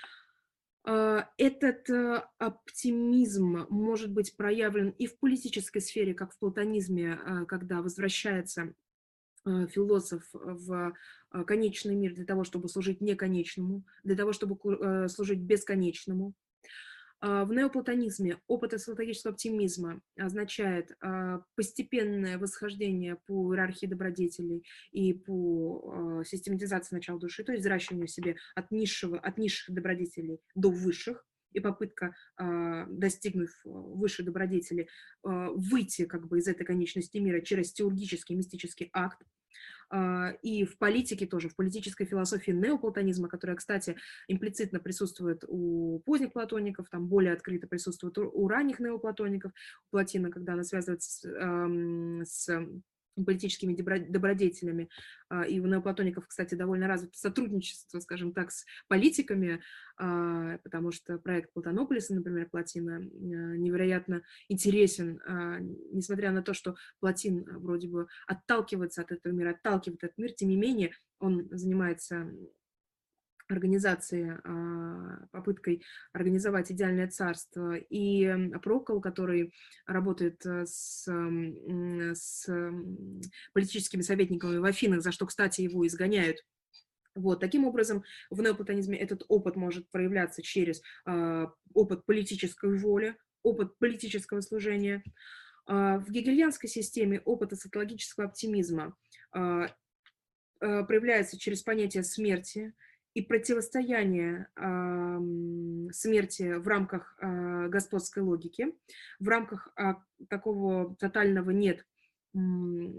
А, Этот э, оптимизм может быть проявлен и в политической сфере, как в платонизме, а, когда возвращается э, философ в э, конечный мир для того, чтобы служить неконечному, для того, чтобы ку- э, служить бесконечному. А, В неоплатонизме опыт эсхатологического оптимизма означает а, постепенное восхождение по иерархии добродетелей и по а, систематизации начала души, то есть взращиванию себе от, низшего, от низших добродетелей до высших, и попытка, а, достигнув а, высшей добродетели, а, выйти как бы из этой конечности мира через теургический мистический акт. А, И в политике тоже, в политической философии неоплатонизма, которая, кстати, имплицитно присутствует у поздних платоников, там более открыто присутствует у, у ранних неоплатоников, у Платина, когда она связывается с, эм, с политическими добродетелями. А, И у неоплатоников, кстати, довольно развито сотрудничество, скажем так, с политиками, а, потому что проект Платонополиса, например, Платина, э, невероятно интересен, а, несмотря на то, что Платин вроде бы отталкивается от этого мира, отталкивает этот мир, тем не менее он занимается организацией, а, попыткой организовать идеальное царство. И м, Прокол, который работает э, с, м, с м, политическими советниками в Афинах, за что, кстати, его изгоняют. Вот, таким образом, в неоплатонизме этот опыт может проявляться через а, опыт политической воли, опыт политического служения. А, В гегельянской системе опыт эсхатологического оптимизма а, а, проявляется через понятие смерти и противостояние ам, смерти в рамках а, господской логики, в рамках а, такого тотального нет, м,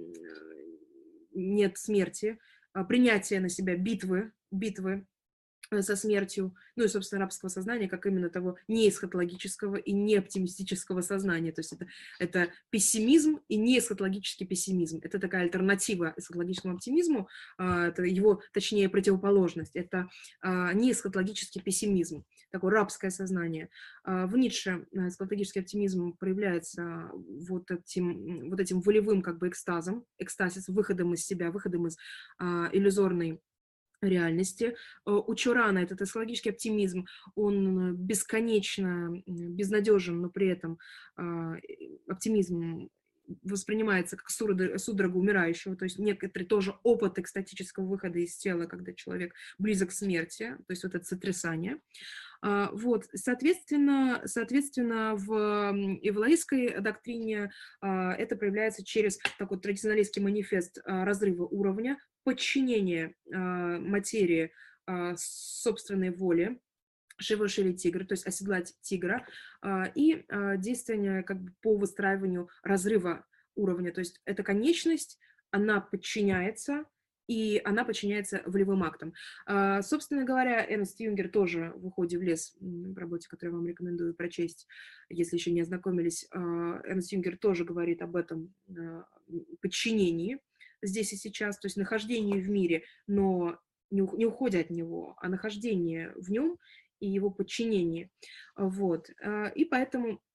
нет смерти, а, принятия на себя битвы, битвы э, со смертью, ну и, собственно, рабского сознания, как именно того не эсхатологического и не оптимистического сознания. То есть это, это пессимизм и не эсхатологический пессимизм. Это такая альтернатива эсхатологическому оптимизму, а, это его, точнее, противоположность. Это а, не эсхатологический пессимизм, такое рабское сознание. А, В Ницше э, эсхатологический оптимизм проявляется вот этим, вот этим волевым как бы экстазом, экстазис, выходом из себя, выходом из а, иллюзорной реальности. Э, У Чорана этот эсхатологический оптимизм, он бесконечно безнадежен, но при этом а, оптимизм воспринимается как судорога, судорога умирающего, то есть некоторый тоже опыт экстатического выхода из тела, когда человек близок к смерти, то есть вот это сотрясание. А, Вот, соответственно, соответственно, в м, эволоистской доктрине а, это проявляется через такой традиционалистский манифест а, разрыва уровня, подчинение а, материи а, собственной воле, шевошили тигр, то есть оседлать тигра, а, и а, действие как бы по выстраиванию разрыва уровня, то есть эта конечность, она подчиняется, и она подчиняется волевым актам. А, Собственно говоря, Эрнст Юнгер тоже в «Уходе в лес», м, в работе, которую я вам рекомендую прочесть, если еще не ознакомились, а, Эрнст Юнгер тоже говорит об этом а, подчинении здесь и сейчас, то есть нахождении в мире, но не ух- не уходя от него, а нахождение в нем и его подчинении. Вот. А, И поэтому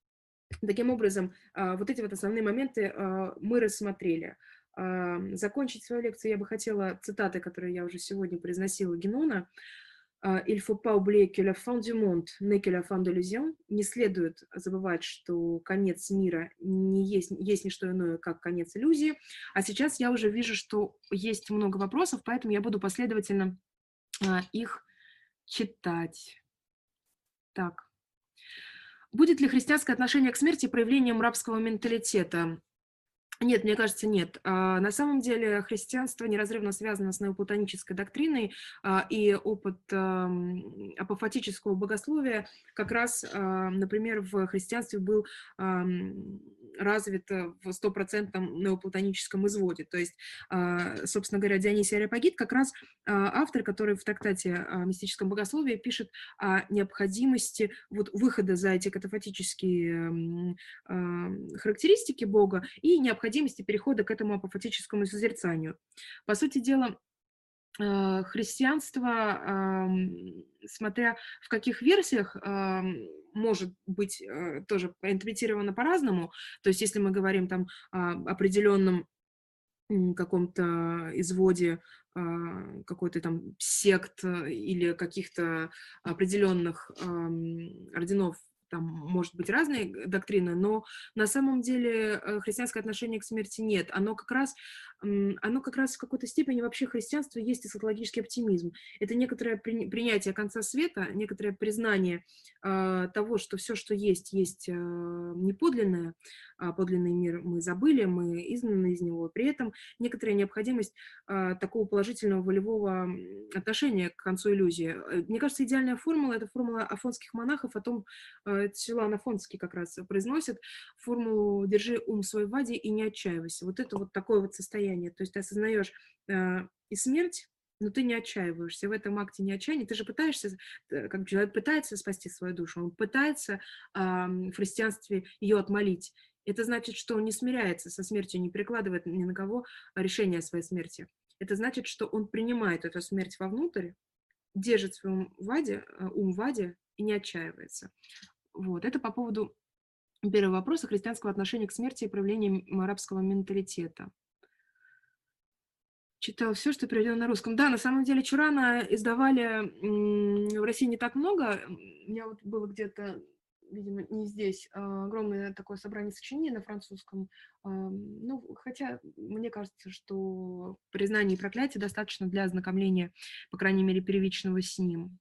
Таким образом, а, вот эти вот основные моменты, а, мы рассмотрели. Ам, закончить свою лекцию я бы хотела цитатой, которую я уже сегодня произносила, Генона. А, «Il faut pas oublier que la fin du monde n'est que la fin de l'illusion». Не следует забывать, что конец мира не есть, есть не что иное, как конец иллюзии. А сейчас я уже вижу, что есть много вопросов, поэтому я буду последовательно а, их читать. Так. Будет ли христианское отношение к смерти проявлением рабского менталитета? Нет, мне кажется, нет. А, на самом деле христианство неразрывно связано с неоплатонической доктриной, а, и опыт ам, апофатического богословия как раз, а, например, в христианстве был ам, развит э, в стопроцентном неоплатоническом изводе. То есть, а, собственно говоря, Дионисий Ареопагит как раз а, автор, который в трактате о мистическом богословии пишет о необходимости вот выхода за эти катафатические м, ам, характеристики Бога и необходимости перехода к этому апофатическому созерцанию. По сути дела, э, христианство, ам, смотря в каких версиях, ам, может быть э, тоже интерпретировано по-разному. То есть если мы говорим там о определенном м, каком-то изводе а, какой-то там сект э, или каких-то определенных ам, орденов, там может быть разные г- доктрины, но на самом деле э, христианское отношение к смерти нет. Оно как раз, м, оно как раз в какой-то степени вообще христианство есть эсхатологический оптимизм. Это некоторое при- принятие конца света, некоторое признание а, того, что все, что есть, есть э, неподлинное, а подлинный мир мы забыли, мы изгнаны из него. При этом некоторая необходимость а, такого положительного волевого м, отношения к концу иллюзии. Э, Мне кажется, идеальная формула — это формула афонских монахов, о том, э, это Силуан Афонский как раз произносит формулу «держи ум свой в ваде и не отчаивайся». Вот это вот такое вот состояние. То есть ты осознаешь э, и смерть, но ты не отчаиваешься. В этом акте не отчаяния. Ты же пытаешься, э, как человек пытается спасти свою душу, он пытается а, в христианстве ее отмолить. Это значит, что он не смиряется со смертью, не перекладывает ни на кого решение о своей смерти. Это значит, что он принимает эту смерть вовнутрь, держит свой ум в ваде, э, ум в ваде и не отчаивается. Вот. Это по поводу первого вопроса христианского отношения к смерти и проявлениям арабского менталитета. Читала все, что переведено на русском. Да, на самом деле Чурана издавали м, в России не так много. У меня вот было где-то, видимо, не здесь, а, огромное такое собрание сочинений на французском. Ам, Ну, хотя мне кажется, что признание и проклятие достаточно для ознакомления, по крайней мере, первичного с ним.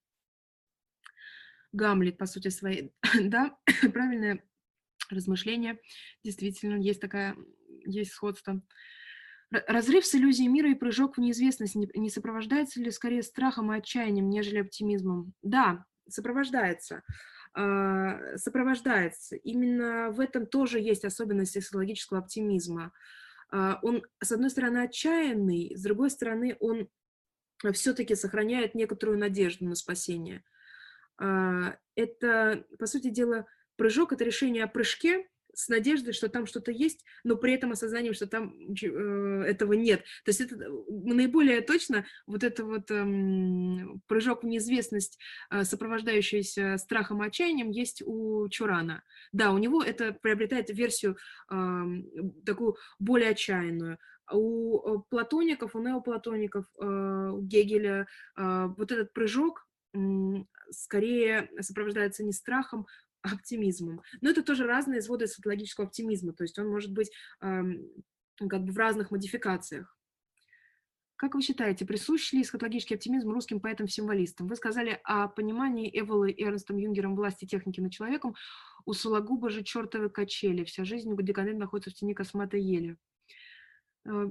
Гамлет, по сути своей, да, правильное размышление. Действительно, есть такая, есть сходство. Р- Разрыв с иллюзией мира и прыжок в неизвестность не, не сопровождается ли скорее страхом и отчаянием, нежели оптимизмом? Да, сопровождается. А, Сопровождается. Именно в этом тоже есть особенность психологического оптимизма. А, Он, с одной стороны, отчаянный, с другой стороны, он все-таки сохраняет некоторую надежду на спасение. А, Это, по сути дела, прыжок — это решение о прыжке с надеждой, что там что-то есть, но при этом осознанием, что там ч- э, этого нет. То есть это э, наиболее точно вот это вот эм, прыжок в неизвестность, э, сопровождающийся страхом и отчаянием, есть у Чурана. Да, у него это приобретает версию ам, такую более отчаянную. А У э, платоников, у неоплатоников, э, у Гегеля э, вот этот прыжок м, скорее сопровождается не страхом, а оптимизмом. Но это тоже разные изводы социологического оптимизма, то есть он может быть ам, как бы в разных модификациях. Как вы считаете, присущ ли эсхатологический оптимизм русским поэтам-символистам? Вы сказали о понимании Эволы и Эрнстом Юнгером власти техники над человеком. У Сологуба же чертовы качели. Вся жизнь декадент находится в тени косматой ели. Э,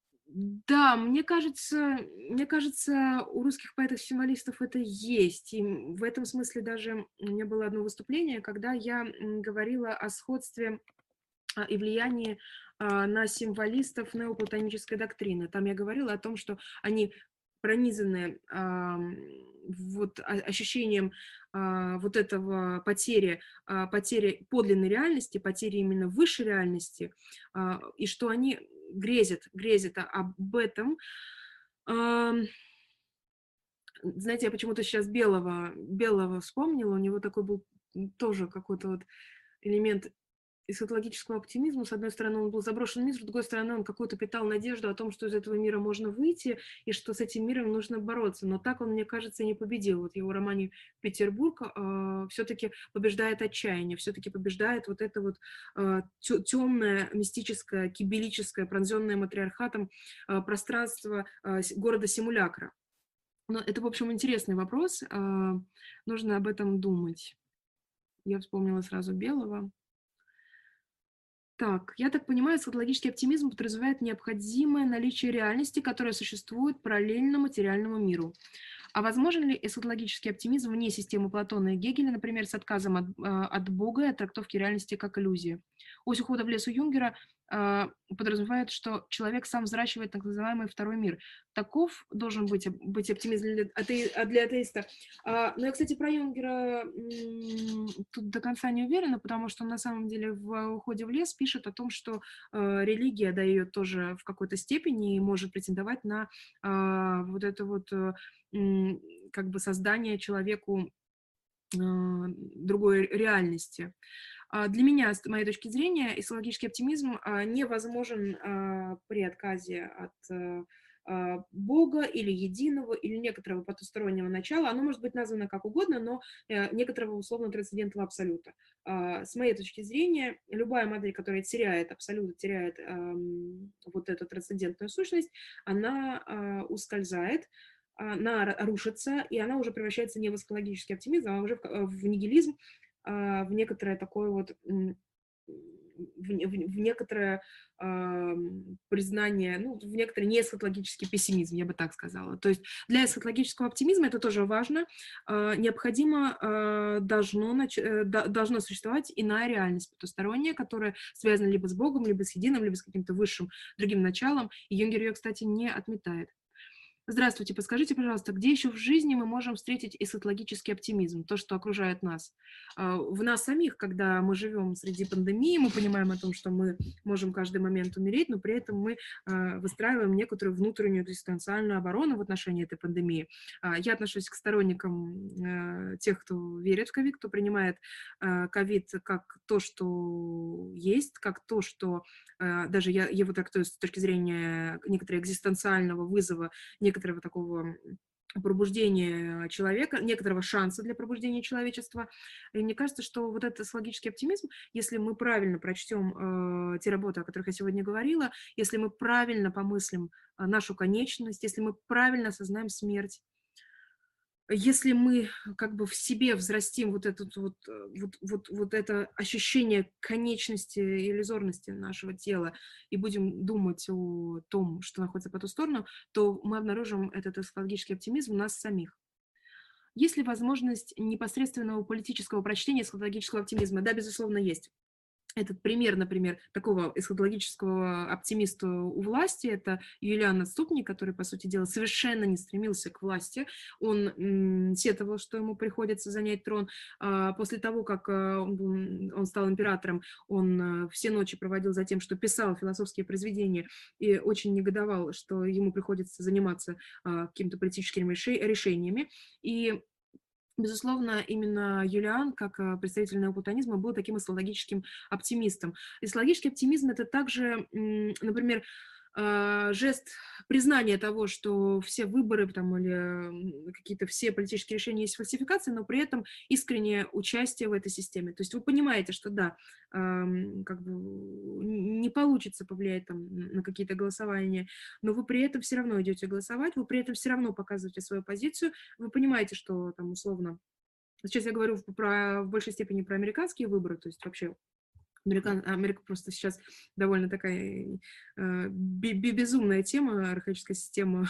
Да, мне кажется, мне кажется, у русских поэтов-символистов это есть. И в этом смысле даже у меня было одно выступление, когда я м, говорила о сходстве а, и влиянии а, на символистов неоплатонической доктрины. Там я говорила о том, что они пронизаны ам, вот о- ощущением а, вот этого потери, а, потери подлинной реальности, потери именно высшей реальности, а, и что они грезят, грезят о- об этом. Ам, Знаете, я почему-то сейчас Белого, Белого вспомнила, у него такой был м, тоже какой-то вот элемент эсхатологическому оптимизму, с одной стороны, он был заброшен мир, с другой стороны, он какую-то питал надежду о том, что из этого мира можно выйти, и что с этим миром нужно бороться. Но так он, мне кажется, не победил. Вот в его романе «Петербург» э, все-таки побеждает отчаяние, все-таки побеждает вот это вот э, темное, мистическое, кибелическое, пронзенное матриархатом э, пространство э, города Симулякра. Но это, в общем, интересный вопрос. Э, нужно об этом думать. Я вспомнила сразу Белого. Так, я так понимаю, эсхатологический оптимизм подразумевает необходимое наличие реальности, которая существует параллельно материальному миру. А возможен ли эсхатологический оптимизм вне системы Платона и Гегеля, например, с отказом от, а, от Бога и от трактовки реальности как иллюзии? Ось ухода в лес у Юнгера а, подразумевает, что человек сам взращивает так называемый второй мир. Таков должен быть, быть оптимизм для, ате, для атеиста. А, но я, кстати, про Юнгера м, тут до конца не уверена, потому что он на самом деле в «Уходе в лес» пишет о том, что э, религия дает тоже в какой-то степени и может претендовать на э, вот это вот э, м, как бы создание человеку э, другой реальности. А для меня, с моей точки зрения, эсхатологический оптимизм а, невозможен а, при отказе от а, а, Бога или единого, или некоторого потустороннего начала. Оно может быть названо как угодно, но э, некоторого условно-трансцендентного абсолюта. А, с моей точки зрения, любая модель, которая теряет абсолют, теряет ам, вот эту трансцендентную сущность, она а, ускользает, она рушится, и она уже превращается не в эсхатологический оптимизм, а уже в, в нигилизм, а, в некоторое такое вот, в, в, в некоторое а, признание, ну, в некоторый неэсхатологический пессимизм, я бы так сказала. То есть для эсхатологического оптимизма это тоже важно. А, необходимо а, должно, нач... должно существовать иная реальность потусторонняя, которая связана либо с Богом, либо с единым, либо с каким-то высшим другим началом. И Юнгер ее, кстати, не отметает. Здравствуйте, подскажите, пожалуйста, где еще в жизни мы можем встретить эсхатологический оптимизм, то, что окружает нас? В нас самих, когда мы живем среди пандемии, мы понимаем о том, что мы можем каждый момент умереть, но при этом мы выстраиваем некоторую внутреннюю экзистенциальную оборону в отношении этой пандемии. Я отношусь к сторонникам тех, кто верит в ковид, кто принимает ковид как то, что есть, как то, что даже я его трактую с точки зрения некоторого экзистенциального вызова, некоторого такого пробуждения человека, некоторого шанса для пробуждения человечества. И мне кажется, что вот этот эсхатологический оптимизм, если мы правильно прочтем э, те работы, о которых я сегодня говорила, если мы правильно помыслим э, нашу конечность, если мы правильно осознаем смерть, если мы как бы в себе взрастим вот, этот вот, вот, вот, вот это ощущение конечности, иллюзорности нашего тела и будем думать о том, что находится по ту сторону, то мы обнаружим этот эсхатологический оптимизм у нас самих. Есть ли возможность непосредственного политического прочтения эсхатологического оптимизма? Да, безусловно, есть. Этот пример, например, такого эсхатологического оптимиста у власти, это Юлиан Отступник, который, по сути дела, совершенно не стремился к власти. Он м, сетовал, что ему приходится занять трон. А после того, как он, он стал императором, он все ночи проводил за тем, что писал философские произведения и очень негодовал, что ему приходится заниматься а, какими-то политическими решениями. И безусловно, именно Юлиан, как представитель неоплатонизма, был таким эсхатологическим оптимистом. Эсхатологический оптимизм — это также, например, жест признания того, что все выборы там, или какие-то все политические решения есть фальсификации, но при этом искреннее участие в этой системе. То есть вы понимаете, что да, как бы не получится повлиять там, на какие-то голосования, но вы при этом все равно идете голосовать, вы при этом все равно показываете свою позицию, вы понимаете, что там условно... Сейчас я говорю про, в большей степени про американские выборы, то есть вообще Америка, Америка просто сейчас довольно такая э, безумная тема, архаическая система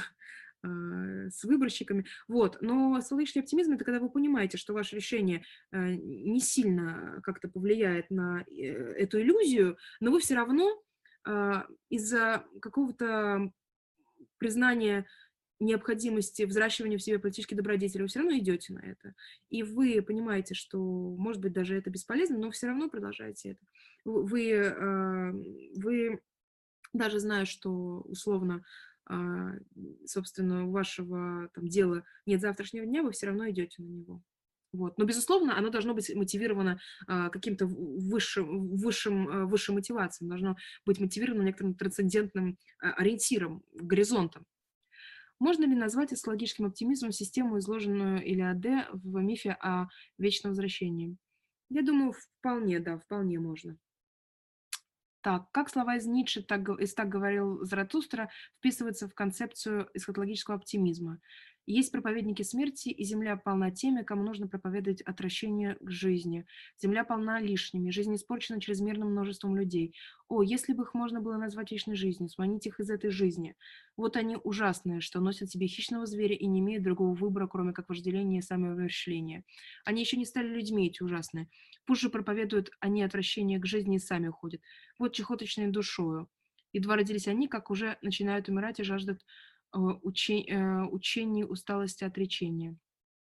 э, с выборщиками. Вот. Но эсхатологический оптимизм — это когда вы понимаете, что ваше решение э, не сильно как-то повлияет на э, эту иллюзию, но вы все равно э, из-за какого-то признания необходимости взращивания в себе политической добродетели, вы все равно идете на это. И вы понимаете, что, может быть, даже это бесполезно, но все равно продолжаете это. Вы, э, вы даже зная, что условно, э, собственно, у вашего там, дела нет завтрашнего дня, вы все равно идете на него. Вот. Но, безусловно, оно должно быть мотивировано а, каким-то в- высшим, высшим, а, высшей мотивацией, должно быть мотивировано некоторым трансцендентным а, ориентиром, горизонтом. Можно ли назвать астрологическим оптимизмом систему, изложенную Илиаде в мифе о вечном возвращении? Я думаю, вполне, да, вполне можно. Так, как слова из Ницше, так, г- из «Так говорил Заратустра» вписываются в концепцию эсхатологического оптимизма? Есть проповедники смерти, и земля полна теми, кому нужно проповедовать отвращение к жизни. Земля полна лишними, жизнь испорчена чрезмерным множеством людей. О, если бы их можно было назвать вечной жизнью, сманить их из этой жизни. Вот они ужасные, что носят в себе хищного зверя и не имеют другого выбора, кроме как вожделения и самоумерщвления. Они еще не стали людьми, эти ужасные. Пусть же проповедуют они отвращение к жизни и сами уходят. Вот чехоточной душою. Едва родились они, как уже начинают умирать и жаждут э, уче- э, учений, усталости, отречения.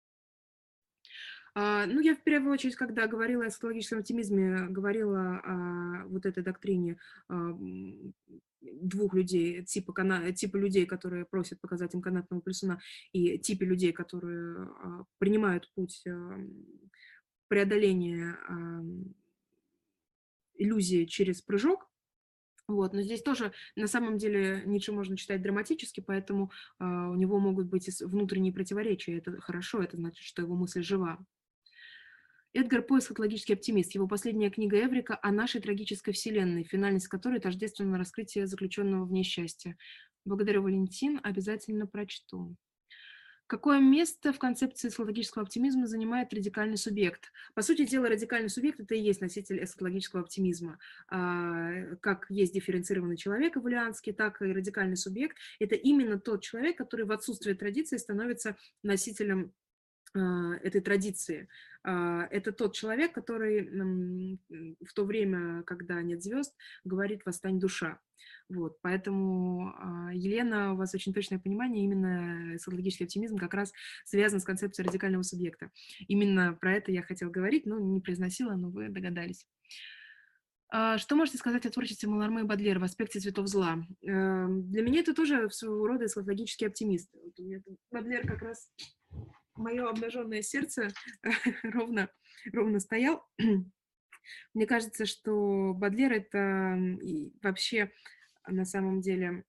А, ну, я в первую очередь, когда говорила о эсхатологическом оптимизме, говорила о вот этой доктрине а, м, двух людей, типа, кана- типа людей, которые просят показать им канатного плесуна, и типе людей, которые а, принимают путь а, преодоления а, иллюзии через прыжок. Вот, но здесь тоже, на самом деле, Ницше можно читать драматически, поэтому а, у него могут быть и с- внутренние противоречия. Это хорошо, это значит, что его мысль жива. Эдгар По — эсхатологический оптимист. Его последняя книга «Эврика» о нашей трагической вселенной, финальность которой тождественна раскрытие заключенного в ней счастья. Благодарю, Валентин, обязательно прочту. Какое место в концепции эсхатологического оптимизма занимает радикальный субъект? По сути дела, радикальный субъект — это и есть носитель эсхатологического оптимизма. А, Как есть дифференцированный человек эволюанский, так и радикальный субъект — это именно тот человек, который в отсутствие традиции становится носителем а, этой традиции. А, Это тот человек, который м, в то время, когда нет звезд, говорит «восстань, душа». Вот, поэтому, а, Елена, у вас очень точное понимание, именно эсхатологический оптимизм как раз связан с концепцией радикального субъекта. Именно про это я хотела говорить, но не произносила, но вы догадались. А, Что можете сказать о творчестве Маларме и Бадлера в аспекте цветов зла? Эм, Для меня это тоже своего рода эсхатологический оптимист. Вот у меня тут Бадлер как раз мое обнаженное сердце ровно, ровно стоял. Мне кажется, что Бадлер — это и вообще на самом деле,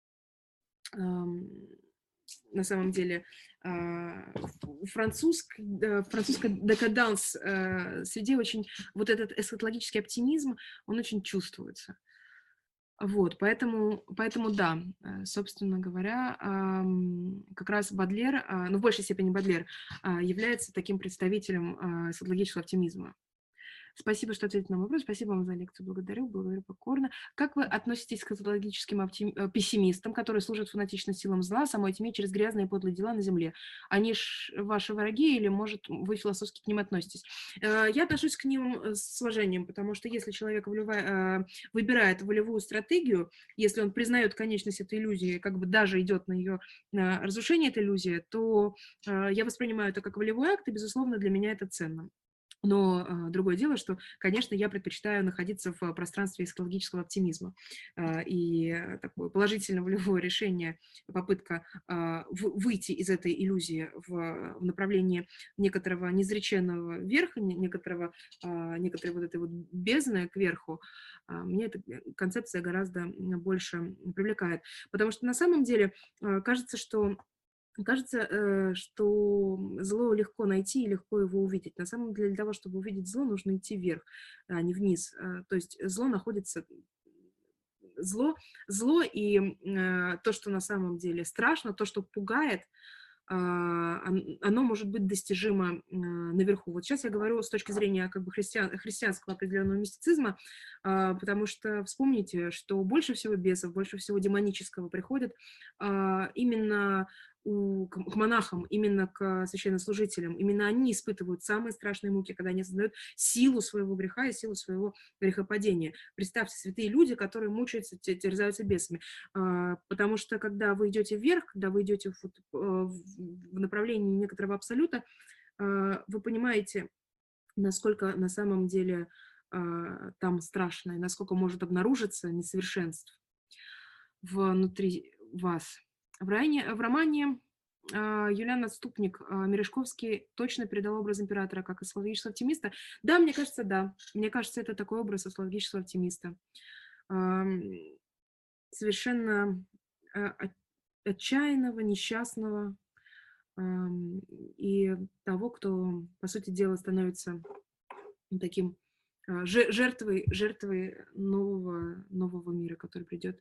ам, на самом деле а, в французской, да, французской декаданс э, среде очень вот этот эсхатологический оптимизм, он очень чувствуется. Вот, поэтому, поэтому да, э, собственно говоря, ам, как раз Бадлер, а, ну, в большей степени Бадлер, а, является таким представителем а, эсхатологического оптимизма. Спасибо, что ответили на мой вопрос. Спасибо вам за лекцию. Благодарю, благодарю покорно. Как вы относитесь к эсхатологическим оптим- э, пессимистам, которые служат фанатично силам зла, самой тьме через грязные и подлые дела на земле? Они ж ваши враги или, может, вы философски к ним относитесь? Э, Я отношусь к ним э, с уважением, потому что если человек волевая- э, выбирает волевую стратегию, если он признает конечность этой иллюзии, как бы даже идет на ее на разрушение этой иллюзии, то э, я воспринимаю это как волевой акт, и, безусловно, для меня это ценно. Но а, другое дело, что, конечно, я предпочитаю находиться в пространстве эсхатологического оптимизма. А, и э, такое положительное волевое решение, попытка а, вы- выйти из этой иллюзии в, в направлении некоторого незреченного верха, не- некоторого, а, некоторой вот этой вот бездны кверху, а, мне эта э, концепция гораздо м, больше привлекает. Потому что на самом деле а, кажется, что Кажется, э, что зло легко найти и легко его увидеть. На самом деле, для того, чтобы увидеть зло, нужно идти вверх, а не вниз. Э, То есть зло находится зло, зло и э, то, что на самом деле страшно, то, что пугает, а, он- оно может быть достижимо э, наверху. Вот сейчас я говорю с точки зрения как бы христиан, христианского определенного мистицизма, а, потому что вспомните, что больше всего бесов, больше всего демонического приходит а, именно у, к, к монахам, именно к священнослужителям. Именно они испытывают самые страшные муки, когда они осознают силу своего греха и силу своего грехопадения. Представьте, святые люди, которые мучаются, те- терзаются бесами. А, Потому что когда вы идете вверх, когда вы идете в, вот, э, в направлении некоторого абсолюта, а, вы понимаете, насколько на самом деле а, там страшно, и насколько может обнаружиться несовершенств внутри вас. В, романе, в романе а, Юлиан Отступник, а, Мережковский точно передал образ императора как астрологического оптимиста. Да, мне кажется, да. Мне кажется, это такой образ астрологического оптимиста. Ам, Совершенно а, от- отчаянного, несчастного, ам, и того, кто, по сути дела, становится таким а, же- жертвой, жертвой нового, нового мира, который придет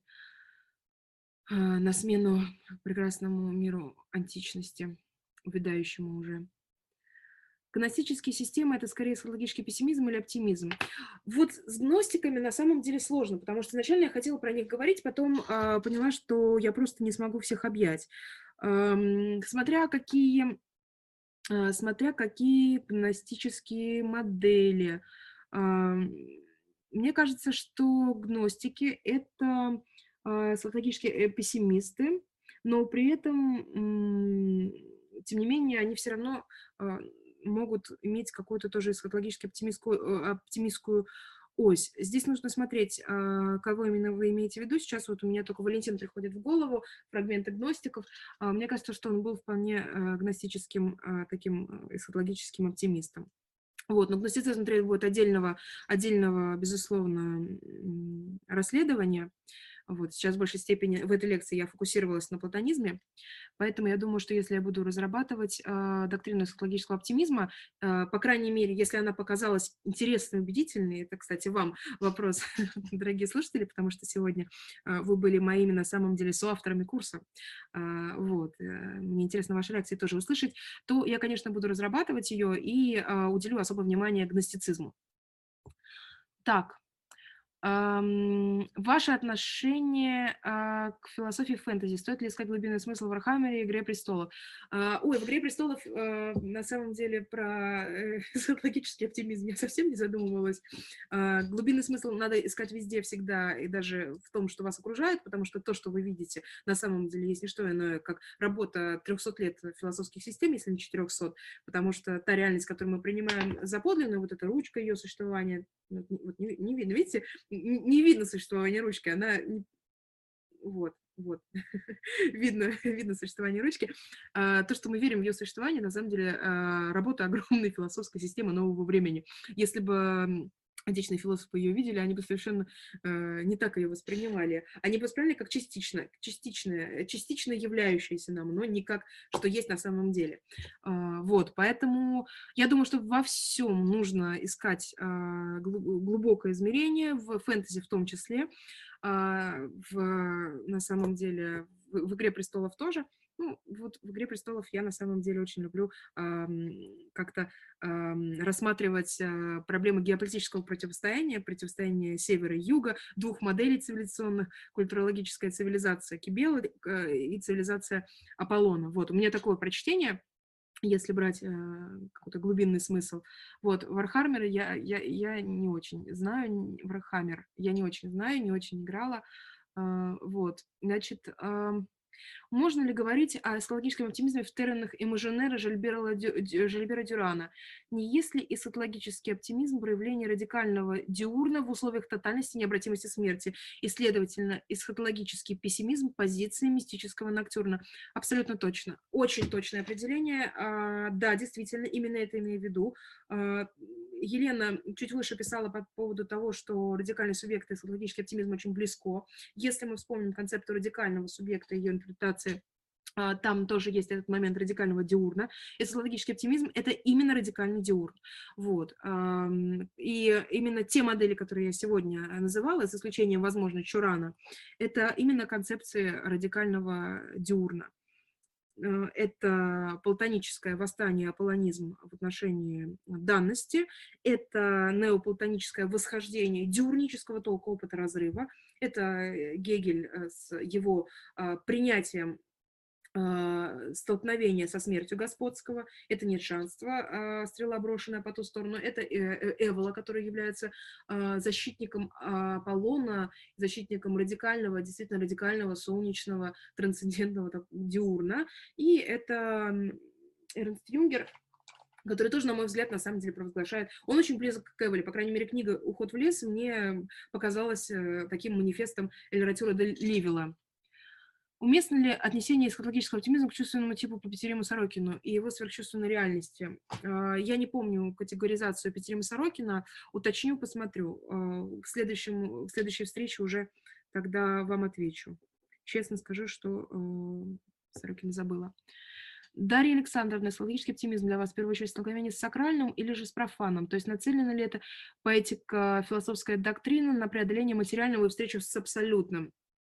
а, на смену прекрасному миру античности, увядающему уже. Гностические системы — это скорее астрологический пессимизм или оптимизм? Вот с гностиками на самом деле сложно, потому что изначально я хотела про них говорить, потом а, поняла, что я просто не смогу всех объять. Ам, смотря какие, а, смотря какие гностические модели. Ам, Мне кажется, что гностики — это а, астрологические э, пессимисты, но при этом, м, тем не менее, они все равно а, могут иметь какую-то тоже эсхатологически оптимистскую, э, оптимистскую ось. Здесь нужно смотреть, а, кого именно вы имеете в виду. Сейчас вот у меня только Валентин приходит в голову, фрагменты гностиков. А, Мне кажется, что он был вполне э, гностическим, а, таким э, эсхатологическим оптимистом. Вот, но гностицизм требует отдельного, отдельного, безусловно, м, расследования. Вот, сейчас в большей степени в этой лекции я фокусировалась на платонизме, поэтому я думаю, что если я буду разрабатывать э, доктрину эсхатологического оптимизма, э, по крайней мере, если она показалась интересной, убедительной, это, кстати, вам вопрос, дорогие слушатели, потому что сегодня э, вы были моими, на самом деле, соавторами курса, а, вот, э, мне интересно ваши реакции тоже услышать, то я, конечно, буду разрабатывать ее и а, уделю особое внимание гностицизму. Так, Ам, ваше отношение а, к философии фэнтези. Стоит ли искать глубинный смысл в Вархаммере и «Игре престолов»? А, ой, в «Игре престолов» а, на самом деле про э, логический оптимизм я совсем не задумывалась. А, глубинный смысл надо искать везде, всегда, и даже в том, что вас окружает, потому что то, что вы видите, на самом деле есть не что иное, как работа трехсот лет философских систем, если не четырехсот, потому что та реальность, которую мы принимаем за подлинную, вот эта ручка ее существования, вот, вот не, не видно, видите, не видно существование ручки, она вот, вот, видно, видно существование ручки. А, то, что мы верим в ее существование, на самом деле, а, работа огромной философской системы нового времени. Если бы отечественные философы ее видели, они бы совершенно э, не так ее воспринимали. Они бы воспринимали как частично, частично, частично являющееся нам, но не как, что есть на самом деле. А, вот, поэтому я думаю, что во всем нужно искать а, глубокое измерение, в фэнтези в том числе, а, в, на самом деле в, в «Игре престолов» тоже. Ну, вот в «Игре престолов» я на самом деле очень люблю ам, как-то ам, рассматривать а, проблемы геополитического противостояния, противостояния севера и юга, двух моделей цивилизационных, культурологическая цивилизация Кибела э, и цивилизация Аполлона. Вот, у меня такое прочтение, если брать э, какой-то глубинный смысл. Вот, Вархаммер я, я, я не очень знаю, Вархаммер я не очень знаю, не очень играла. Э, вот, значит, э, можно ли говорить о эсхатологическом оптимизме в терминах Эмаженера Жильбера, Жильбера Дюрана? Не есть ли эсхатологический оптимизм проявление радикального диурна в условиях тотальности и необратимости смерти? И, следовательно, эсхатологический пессимизм позиции мистического ноктюрна? Абсолютно точно. Очень точное определение. А, да, действительно, именно это имею в виду. А, Елена чуть выше писала по поводу того, что радикальный субъект и эсхатологический оптимизм очень близко. Если мы вспомним концепцию радикального субъекта и ее интерпретации, там тоже есть этот момент радикального диурна. Эсхатологический оптимизм — это именно радикальный диурн. Вот. И именно те модели, которые я сегодня называла, с исключением, возможно, Чурана, это именно концепции радикального диурна. Это платоническое восстание, аполлонизм в отношении данности, это неоплатоническое восхождение диурнического толка опыта разрыва, это Гегель с его принятием столкновение со смертью господского, это ницшанство, стрела, брошенная по ту сторону, это Эвола, который является защитником Аполлона, защитником радикального, действительно радикального, солнечного, трансцендентного диурна, и это Эрнст Юнгер, который тоже, на мой взгляд, на самом деле провозглашает. Он очень близок к Эволе, по крайней мере, книга «Уход в лес» мне показалась таким манифестом Эль Ратюра де Ливела. Уместно ли отнесение эсхатологического оптимизма к чувственному типу по Петериму Сорокину и его сверхчувственной реальности? А, Я не помню категоризацию Петерима Сорокина, уточню, посмотрю. А, В следующем, в следующей встрече уже тогда вам отвечу. Честно скажу, что э, Сорокина забыла. Дарья Александровна, эсхатологический оптимизм для вас в первую очередь столкновение с сакральным или же с профаном? То есть нацелена ли это поэтика, философская доктрина на преодоление материального и встречу с абсолютным?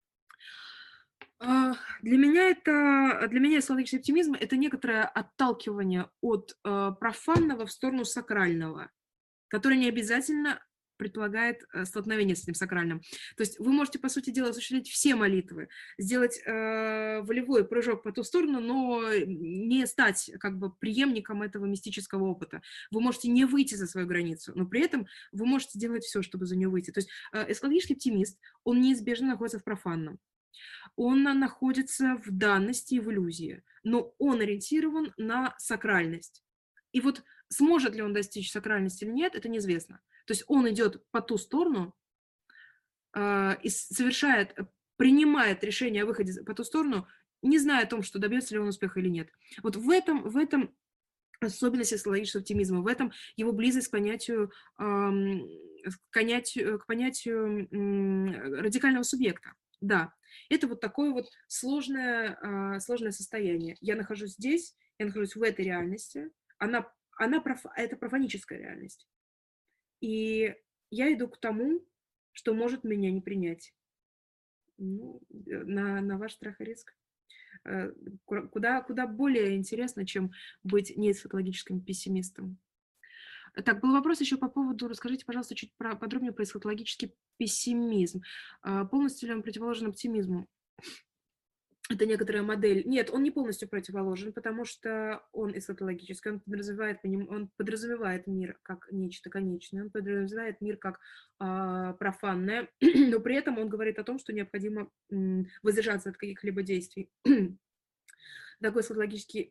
А, Для меня это, для меня эсхатологический оптимизм — это некоторое отталкивание от э, профанного в сторону сакрального, которое не обязательно предполагает э, столкновение с этим сакральным. То есть вы можете, по сути дела, осуществить все молитвы, сделать э, волевой прыжок по ту сторону, но не стать как бы преемником этого мистического опыта. Вы можете не выйти за свою границу, но при этом вы можете делать все, чтобы за нее выйти. То есть э, эсхатологический оптимист, он неизбежно находится в профанном. Он находится в данности и в иллюзии, но он ориентирован на сакральность. И вот сможет ли он достичь сакральности или нет, это неизвестно. То есть он идет по ту сторону э, и совершает, принимает решение о выходе по ту сторону, не зная о том, что добьется ли он успеха или нет. Вот в этом, в этом особенность эсхатологического оптимизма, в этом его близость к понятию, эм, к понятию, к понятию м, радикального субъекта. Да, это вот такое вот сложное, а, сложное состояние. Я нахожусь здесь, я нахожусь в этой реальности, она, она проф, это профаническая реальность. И я иду к тому, что может меня не принять. Ну, э, на, на ваш страх и риск. Э, Куда, куда более интересно, чем быть неэсхатологическим пессимистом. Так, был вопрос еще по поводу, расскажите, пожалуйста, чуть про, подробнее про эсхатологический пессимизм. А, Полностью ли он противоположен оптимизму? Это некоторая модель. Нет, он не полностью противоположен, потому что он эсхатологический, он подразумевает, он подразумевает мир как нечто конечное, он подразумевает мир как а, профанное, но при этом он говорит о том, что необходимо м, воздержаться от каких-либо действий. Такой эсхатологический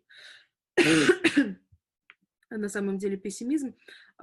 на самом деле пессимизм,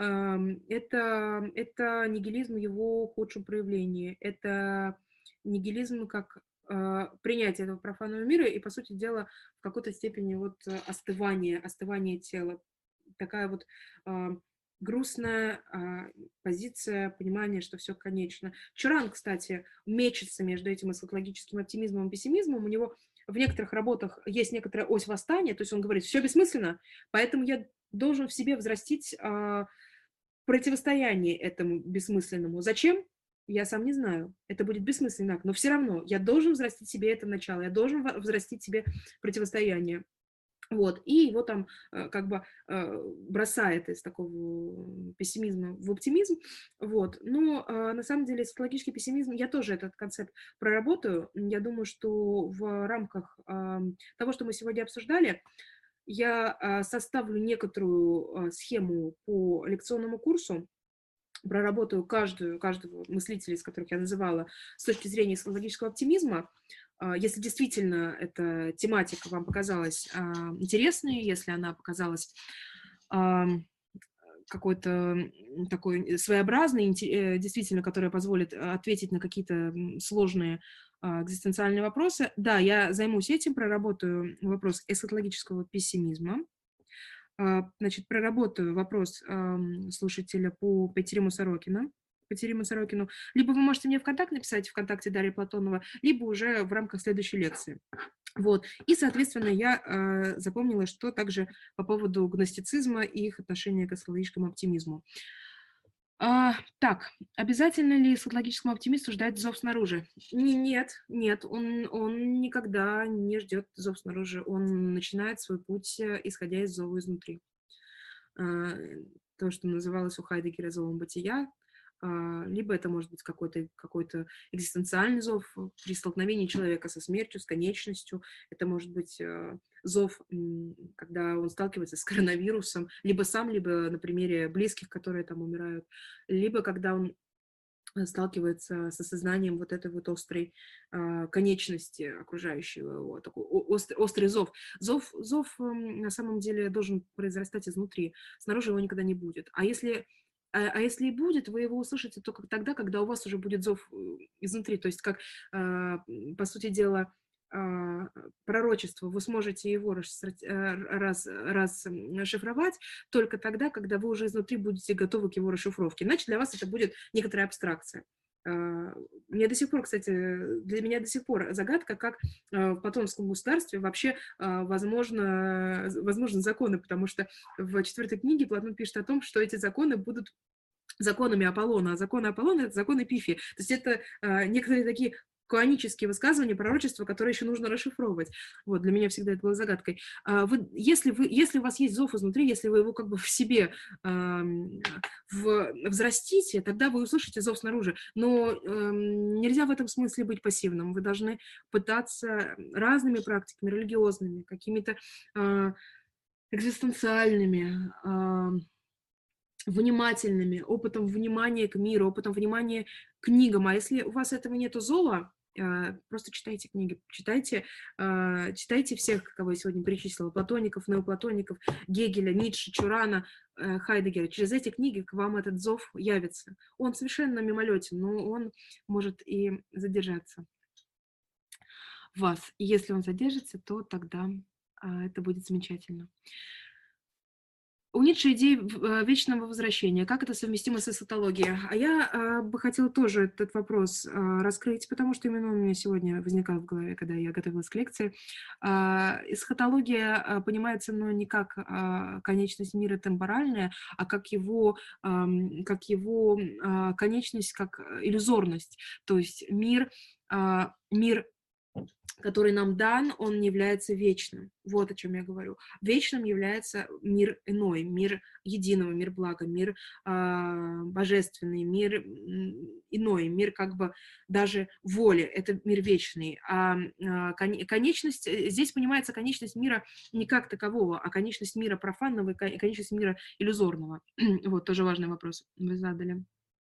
это, это нигилизм в его худшем проявлении. Это нигилизм как а, принятие этого профанного мира и, по сути дела, в какой-то степени вот э, остывание, остывание тела. Такая вот а, грустная а, позиция, понимание, что все конечно. Чуран, кстати, мечется между этим эсхатологическим оптимизмом и пессимизмом. У него в некоторых работах есть некоторая ось восстания, то есть он говорит, все бессмысленно, поэтому я должен в себе взрастить а, противостояние этому бессмысленному. Зачем? Я сам не знаю. Это будет бессмысленный акт, но все равно я должен взрастить себе это начало, я должен взрастить себе противостояние. Вот, и его там э, как бы э, бросает из такого пессимизма в оптимизм, вот, но э, на самом деле психологический пессимизм, я тоже этот концепт проработаю, я думаю, что в рамках э, того, что мы сегодня обсуждали, я а, составлю некоторую а, схему по лекционному курсу, проработаю каждую, каждого мыслителя, из которых я называла, с точки зрения психологического оптимизма. А, Если действительно эта тематика вам показалась а, интересной, если она показалась а, какой-то м, такой своеобразный, инте- э, действительно, которая позволит а, ответить на какие-то м, сложные а, экзистенциальные вопросы. Да, я займусь этим, проработаю вопрос эсхатологического пессимизма, а, значит, проработаю вопрос ам, слушателя по Петериму Сорокина, Петериму Сорокину. Либо вы можете мне ВКонтакт написать, ВКонтакте Дарья Платонова, либо уже в рамках следующей лекции. Вот. И, соответственно, я э, запомнила, что также по поводу гностицизма и их отношения к эсхатологическому оптимизму. А, так, обязательно ли эсхатологическому оптимисту ждать зов снаружи? Н- Нет, нет, он, он никогда не ждет зов снаружи. Он начинает свой путь, э, исходя из зова изнутри. А, То, что называлось у Хайдегера зовом бытия, а, либо это может быть какой-то какой-то экзистенциальный зов при столкновении человека со смертью, с конечностью. Это может быть э, зов, м, когда он сталкивается с коронавирусом, либо сам, либо на примере близких, которые там умирают, либо когда он э, сталкивается с осознанием вот этой вот острой а, конечности окружающего его, такой о- острый, острый зов. Зов, зов м, на самом деле должен произрастать изнутри, снаружи его никогда не будет. А если, а, а если и будет, вы его услышите только тогда, когда у вас уже будет зов э, изнутри, то есть как, а, м, по сути дела, а, пророчество, вы сможете его расшифровать, раз, раз, расшифровать только тогда, когда вы уже изнутри будете готовы к его расшифровке. Иначе для вас это будет некоторая абстракция. А, Мне до сих пор, кстати, для меня до сих пор загадка, как а, в Платоновском государстве вообще а, возможно, возможны законы, потому что в четвертой книге Платон пишет о том, что эти законы будут законами Аполлона, а законы Аполлона — это законы Пифии. То есть это а, некоторые такие коанические высказывания, пророчества, которые еще нужно расшифровывать. Вот, для меня всегда это было загадкой. А вы, если, вы, если у вас есть зов изнутри, если вы его как бы в себе а, в, взрастите, тогда вы услышите зов снаружи. Но а, нельзя в этом смысле быть пассивным. Вы должны пытаться разными практиками, религиозными, какими-то а, экзистенциальными, а, внимательными, опытом внимания к миру, опытом внимания к книгам. А если у вас этого нету зова, э, просто читайте книги, читайте, э, читайте всех, кого я сегодня перечислила, платоников, неоплатоников, Гегеля, Ницше, Чурана, э, Хайдегера. Через эти книги к вам этот зов явится. Он совершенно мимолетен, но он может и задержаться в вас. И если он задержится, то тогда э, это будет замечательно. У Ницше идея в- вечного возвращения. Как это совместимо с эсхатологией? А я а, бы хотела тоже этот вопрос а, раскрыть, потому что именно он у меня сегодня возникал в голове, когда я готовилась к лекции. А, эсхатология а, понимается, ну, не как а, конечность мира темпоральная, а как его, ам, как его а, конечность, как иллюзорность. То есть мир, а, мир который нам дан, он не является вечным. Вот о чем я говорю. Вечным является мир иной, мир единого, мир блага, мир а, божественный, мир м, иной, мир как бы даже воли. Это мир вечный. А, а кон- конечность, э, здесь понимается конечность мира не как такового, а конечность мира профанного и кон- конечность мира иллюзорного. Вот тоже важный вопрос вы задали.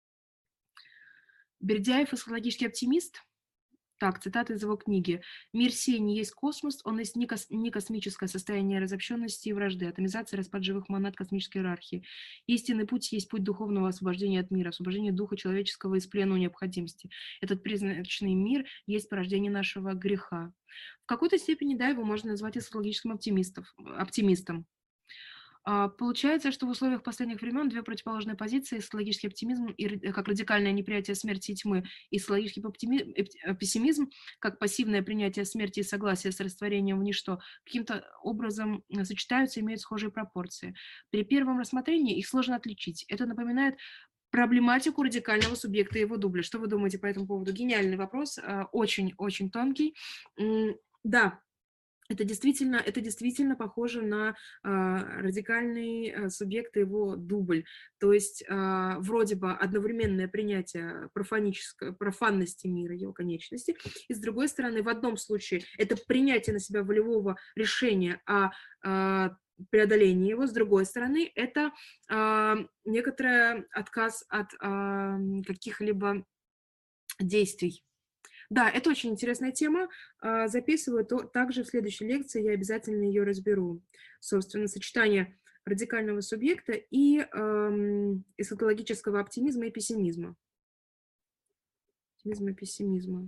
Бердяев — эсхатологический оптимист. Так, цитата из его книги. «Мир сей не есть космос, он есть не, кос, не космическое состояние разобщенности и вражды, атомизации, распад живых монад космической иерархии. Истинный путь есть путь духовного освобождения от мира, освобождения духа человеческого из плена необходимости. Этот призрачный мир есть порождение нашего греха». В какой-то степени, да, его можно назвать эсхатологическим оптимистом. оптимистом. А, Получается, что в условиях последних времен две противоположные позиции — эсхатологический оптимизм и, ра- как радикальное неприятие смерти и тьмы, и эсхатологический оптими- эпти- э, пессимизм, как пассивное принятие смерти и согласие с растворением в ничто, каким-то образом э, сочетаются и имеют схожие пропорции. При первом рассмотрении их сложно отличить. Это напоминает проблематику радикального субъекта и его дубля. Что вы думаете по этому поводу? Гениальный вопрос, э, очень-очень тонкий. М, Да, это действительно, это действительно похоже на а, радикальный а, субъект и его дубль. То есть а, вроде бы одновременное принятие профанической, профанности мира, его конечности, и с другой стороны, в одном случае это принятие на себя волевого решения о а, преодолении его, с другой стороны, это а, некоторый отказ от а, каких-либо действий. Да, это очень интересная тема. А, Записываю то, также в следующей лекции, я обязательно ее разберу. Собственно, сочетание радикального субъекта и эм, эсхатологического оптимизма и пессимизма. Оптимизма и пессимизма.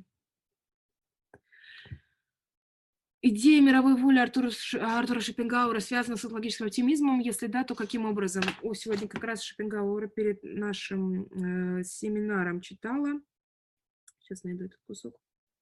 Идея мировой воли Артура, Ш- Артура Шопенгауэра связана с эсхатологическим оптимизмом? Если да, то каким образом? О, сегодня как раз Шопенгауэра перед нашим э, семинаром читала. Сейчас найду этот кусок.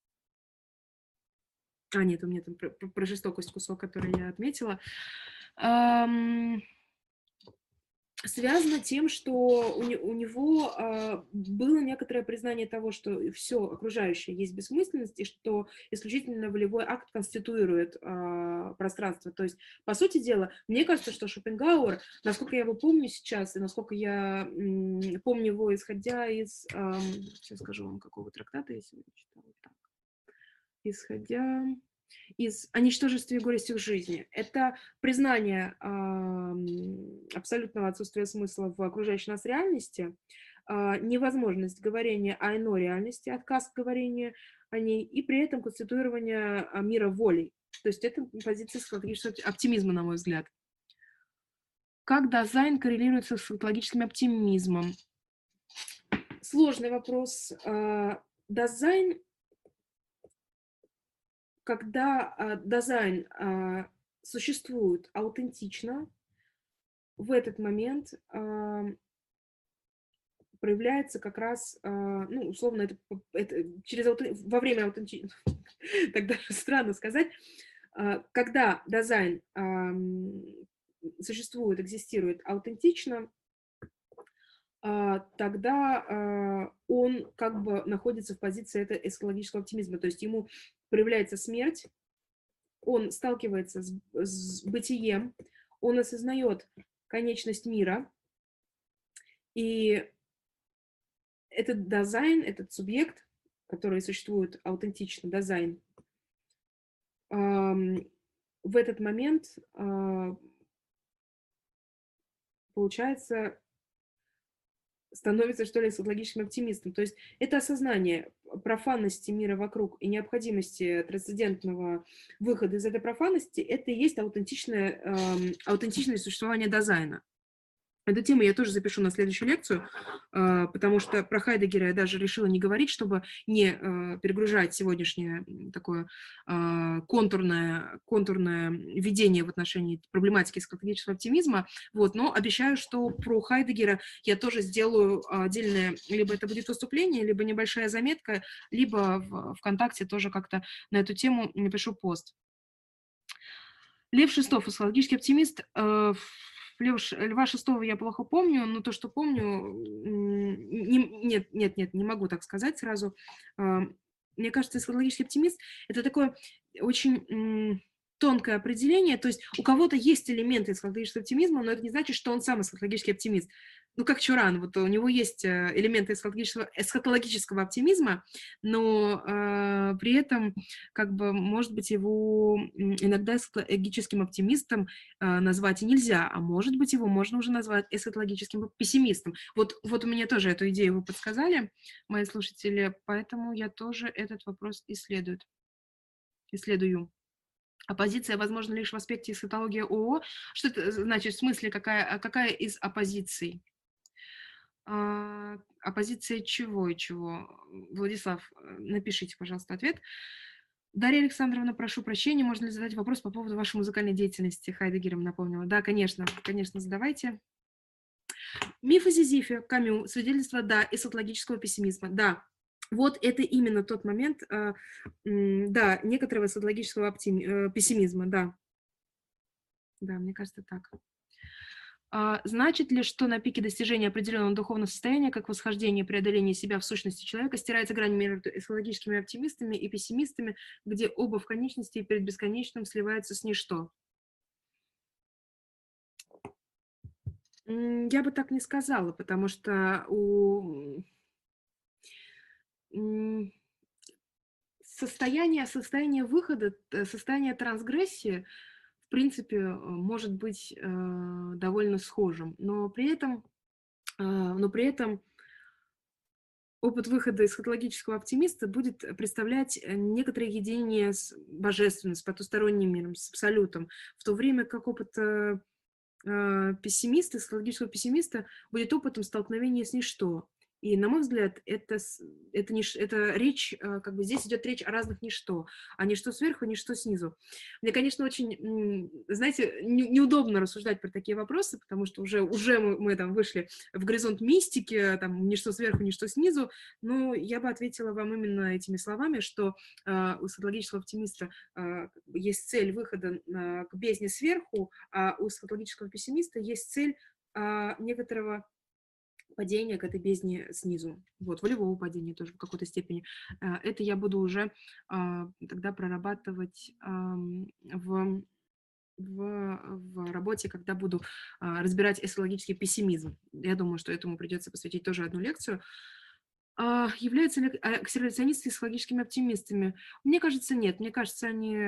А, нет, у меня там про, про- про жестокость кусок, который я отметила. Ам, Связано тем, что у, не- у него а, было некоторое признание того, что все окружающее есть бессмысленность, и что исключительно волевой акт конституирует а, пространство. То есть, по сути дела, мне кажется, что Шопенгауэр, насколько я его помню сейчас, и насколько я м, помню его, исходя из... ам, сейчас скажу вам, какого трактата я сегодня читала. Так. Исходя из «О ничтожестве и горестях жизни». Это признание э, абсолютного отсутствия смысла в окружающей нас реальности, э, невозможность говорения о иной реальности, отказ от говорения о ней, и при этом конституирование э, мира волей. То есть это позиция психологического оптимизма, на мой взгляд. Как Дазайн коррелируется с психологическим оптимизмом? Сложный вопрос. Дазайн когда а, дизайн а, существует аутентично, в этот момент а, проявляется как раз, а, ну, условно, это, это через аутен- во время аутентичности, так даже странно сказать, а, когда дизайн ам, существует, экзистирует аутентично, а, тогда а, он как бы находится в позиции это эсхатологического оптимизма, то есть ему проявляется смерть, он сталкивается с, с бытием, он осознает конечность мира, и этот дизайн, этот субъект, который существует аутентично, дизайн, ам, в этот момент, а, получается, становится, что ли, сатологическим оптимистом. То есть это осознание профанности мира вокруг и необходимости трансцендентного выхода из этой профанности, это и есть аутентичное, эм, аутентичное существование дизайна. Эту тему я тоже запишу на следующую лекцию, а, потому что про Хайдеггера я даже решила не говорить, чтобы не э, перегружать сегодняшнее такое а, контурное, контурное видение в отношении проблематики эсхатологического оптимизма. Вот, но обещаю, что про Хайдеггера я тоже сделаю отдельное, либо это будет выступление, либо небольшая заметка, либо в ВКонтакте тоже как-то на эту тему напишу пост. Лев Шестов, эсхатологический оптимист. Э, Лев, Льва Шестого я плохо помню, но то, что помню, не, нет, нет, нет, не могу так сказать сразу. Мне кажется, эсхатологический оптимист – это такое очень тонкое определение, то есть у кого-то есть элементы эсхатологического оптимизма, но это не значит, что он сам эсхатологический оптимист. Ну, как Чуран, вот у него есть элементы эсхатологического, эсхатологического оптимизма, но э, при этом как бы, может быть, его иногда эсхатологическим оптимистом э, назвать и нельзя, а может быть, его можно уже назвать эсхатологическим пессимистом. Вот, вот у меня тоже эту идею вы подсказали, мои слушатели, поэтому я тоже этот вопрос исследую. исследую. Оппозиция возможна лишь в аспекте эсхатологии ООО. Что это значит, в смысле, какая, какая из оппозиций? А, оппозиция чего и чего? Владислав, напишите, пожалуйста, ответ. Дарья Александровна, прошу прощения, можно ли задать вопрос по поводу вашей музыкальной деятельности? Хайдеггером напомнила. Да, конечно, конечно, задавайте. Миф о Сизифе, Камю, свидетельство, да, эсхатологического пессимизма, да. Вот это именно тот момент, э, да, некоторого эсхатологического оптими, э, пессимизма, да. Да, мне кажется, так. А значит ли, что на пике достижения определенного духовного состояния, как восхождение и преодоление себя в сущности человека, стирается грань между эсхатологическими оптимистами и пессимистами, где оба в конечности и перед бесконечным сливаются с ничто? Я бы так не сказала, потому что у состояние, состояние выхода, состояние трансгрессии, в принципе, может быть э, довольно схожим, но при этом, э, но при этом опыт выхода эсхатологического оптимиста будет представлять некоторое единение с божественным, с потусторонним миром, с абсолютом, в то время как опыт э, пессимиста, эсхатологического пессимиста будет опытом столкновения с ничто. И, на мой взгляд, это, это, не, это речь, как бы здесь идет речь о разных ничто, а ничто сверху, ничто снизу. Мне, конечно, очень, знаете, не, неудобно рассуждать про такие вопросы, потому что уже, уже мы, мы там вышли в горизонт мистики, там ничто сверху, ничто снизу, но я бы ответила вам именно этими словами, что э, у эсхатологического оптимиста э, есть цель выхода э, к бездне сверху, а у эсхатологического пессимиста есть цель э, некоторого падения к этой бездне снизу. Вот, волевого падения тоже в какой-то степени. Это я буду уже а, тогда прорабатывать а, в, в, в работе, когда буду а, разбирать эсхатологический пессимизм. Я думаю, что этому придется посвятить тоже одну лекцию. А, являются ли акселерационисты эсхатологическими оптимистами? Мне кажется, нет. Мне кажется,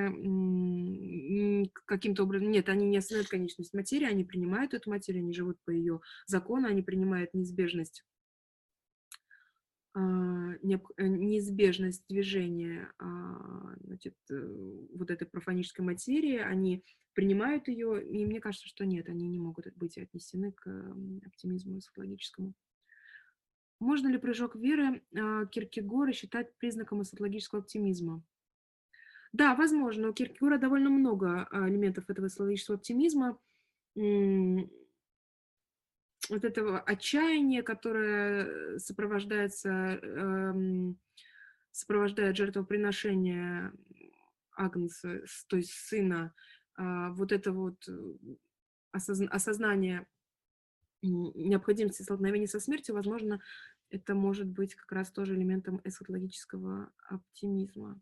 они каким-то образом... Нет, они не осознают конечность материи, они принимают эту материю, они живут по ее закону, они принимают неизбежность, а, неизбежность движения а, значит, вот этой профанической материи, они принимают ее, и мне кажется, что нет, они не могут быть отнесены к оптимизму эсхатологическому. Можно ли прыжок веры э, Киркегора считать признаком эсхатологического оптимизма? Да, возможно, у Киркегора довольно много, а, элементов этого социологического оптимизма. М, вот этого отчаяния, которое, э, сопровождается, эм, сопровождает жертвоприношение Агнца, с то есть сына. А, вот это вот, э, осозн осознание, м, необходимости столкновения со смертью, возможно, это может быть как раз тоже элементом эсхатологического оптимизма.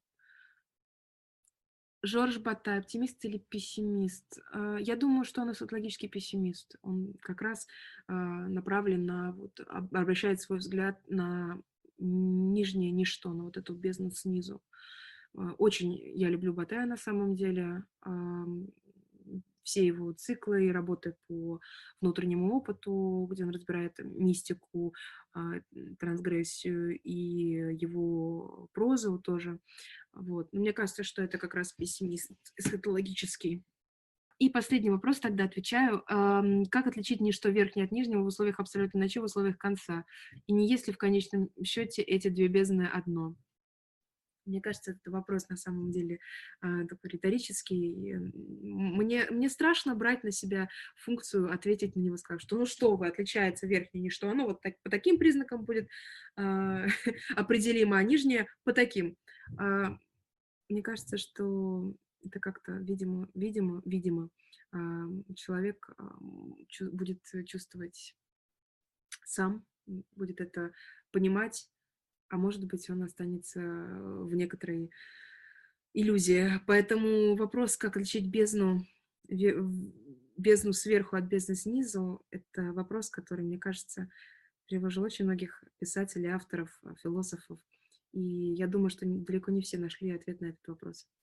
Жорж Батай, оптимист или пессимист? А, я думаю, что он эсхатологический пессимист. Он как раз, а, направлен на вот об обращает свой взгляд на нижнее ничто, на вот эту бездну снизу. А, очень я люблю Батая на самом деле. Ам, все его циклы и работы по внутреннему опыту, где он разбирает мистику, а, трансгрессию и его прозу тоже. Вот. Но мне кажется, что это как раз пессимист эсхатологический. И последний вопрос тогда отвечаю. Ам, как отличить ничто верхнее от нижнего в условиях абсолютной ночи, в условиях конца? И не есть ли в конечном счете эти две бездны одно? Мне кажется, это вопрос на самом деле, а, такой риторический. М, Мне, мне страшно брать на себя функцию ответить на него, сказав, что ну что вы, отличается верхнее ничто, оно вот так, по таким признакам будет а, определимо, а нижнее по таким. А, Мне кажется, что это как-то, видимо, видимо, видимо, а, человек ам, чу- будет чувствовать сам, м, будет это понимать, а может быть, он останется в некоторой иллюзии. Поэтому вопрос, как отличить бездну, ве- в- бездну сверху от бездны снизу, это вопрос, который, мне кажется, тревожил очень многих писателей, авторов, а, философов. И я думаю, что н- далеко не все нашли ответ на этот вопрос.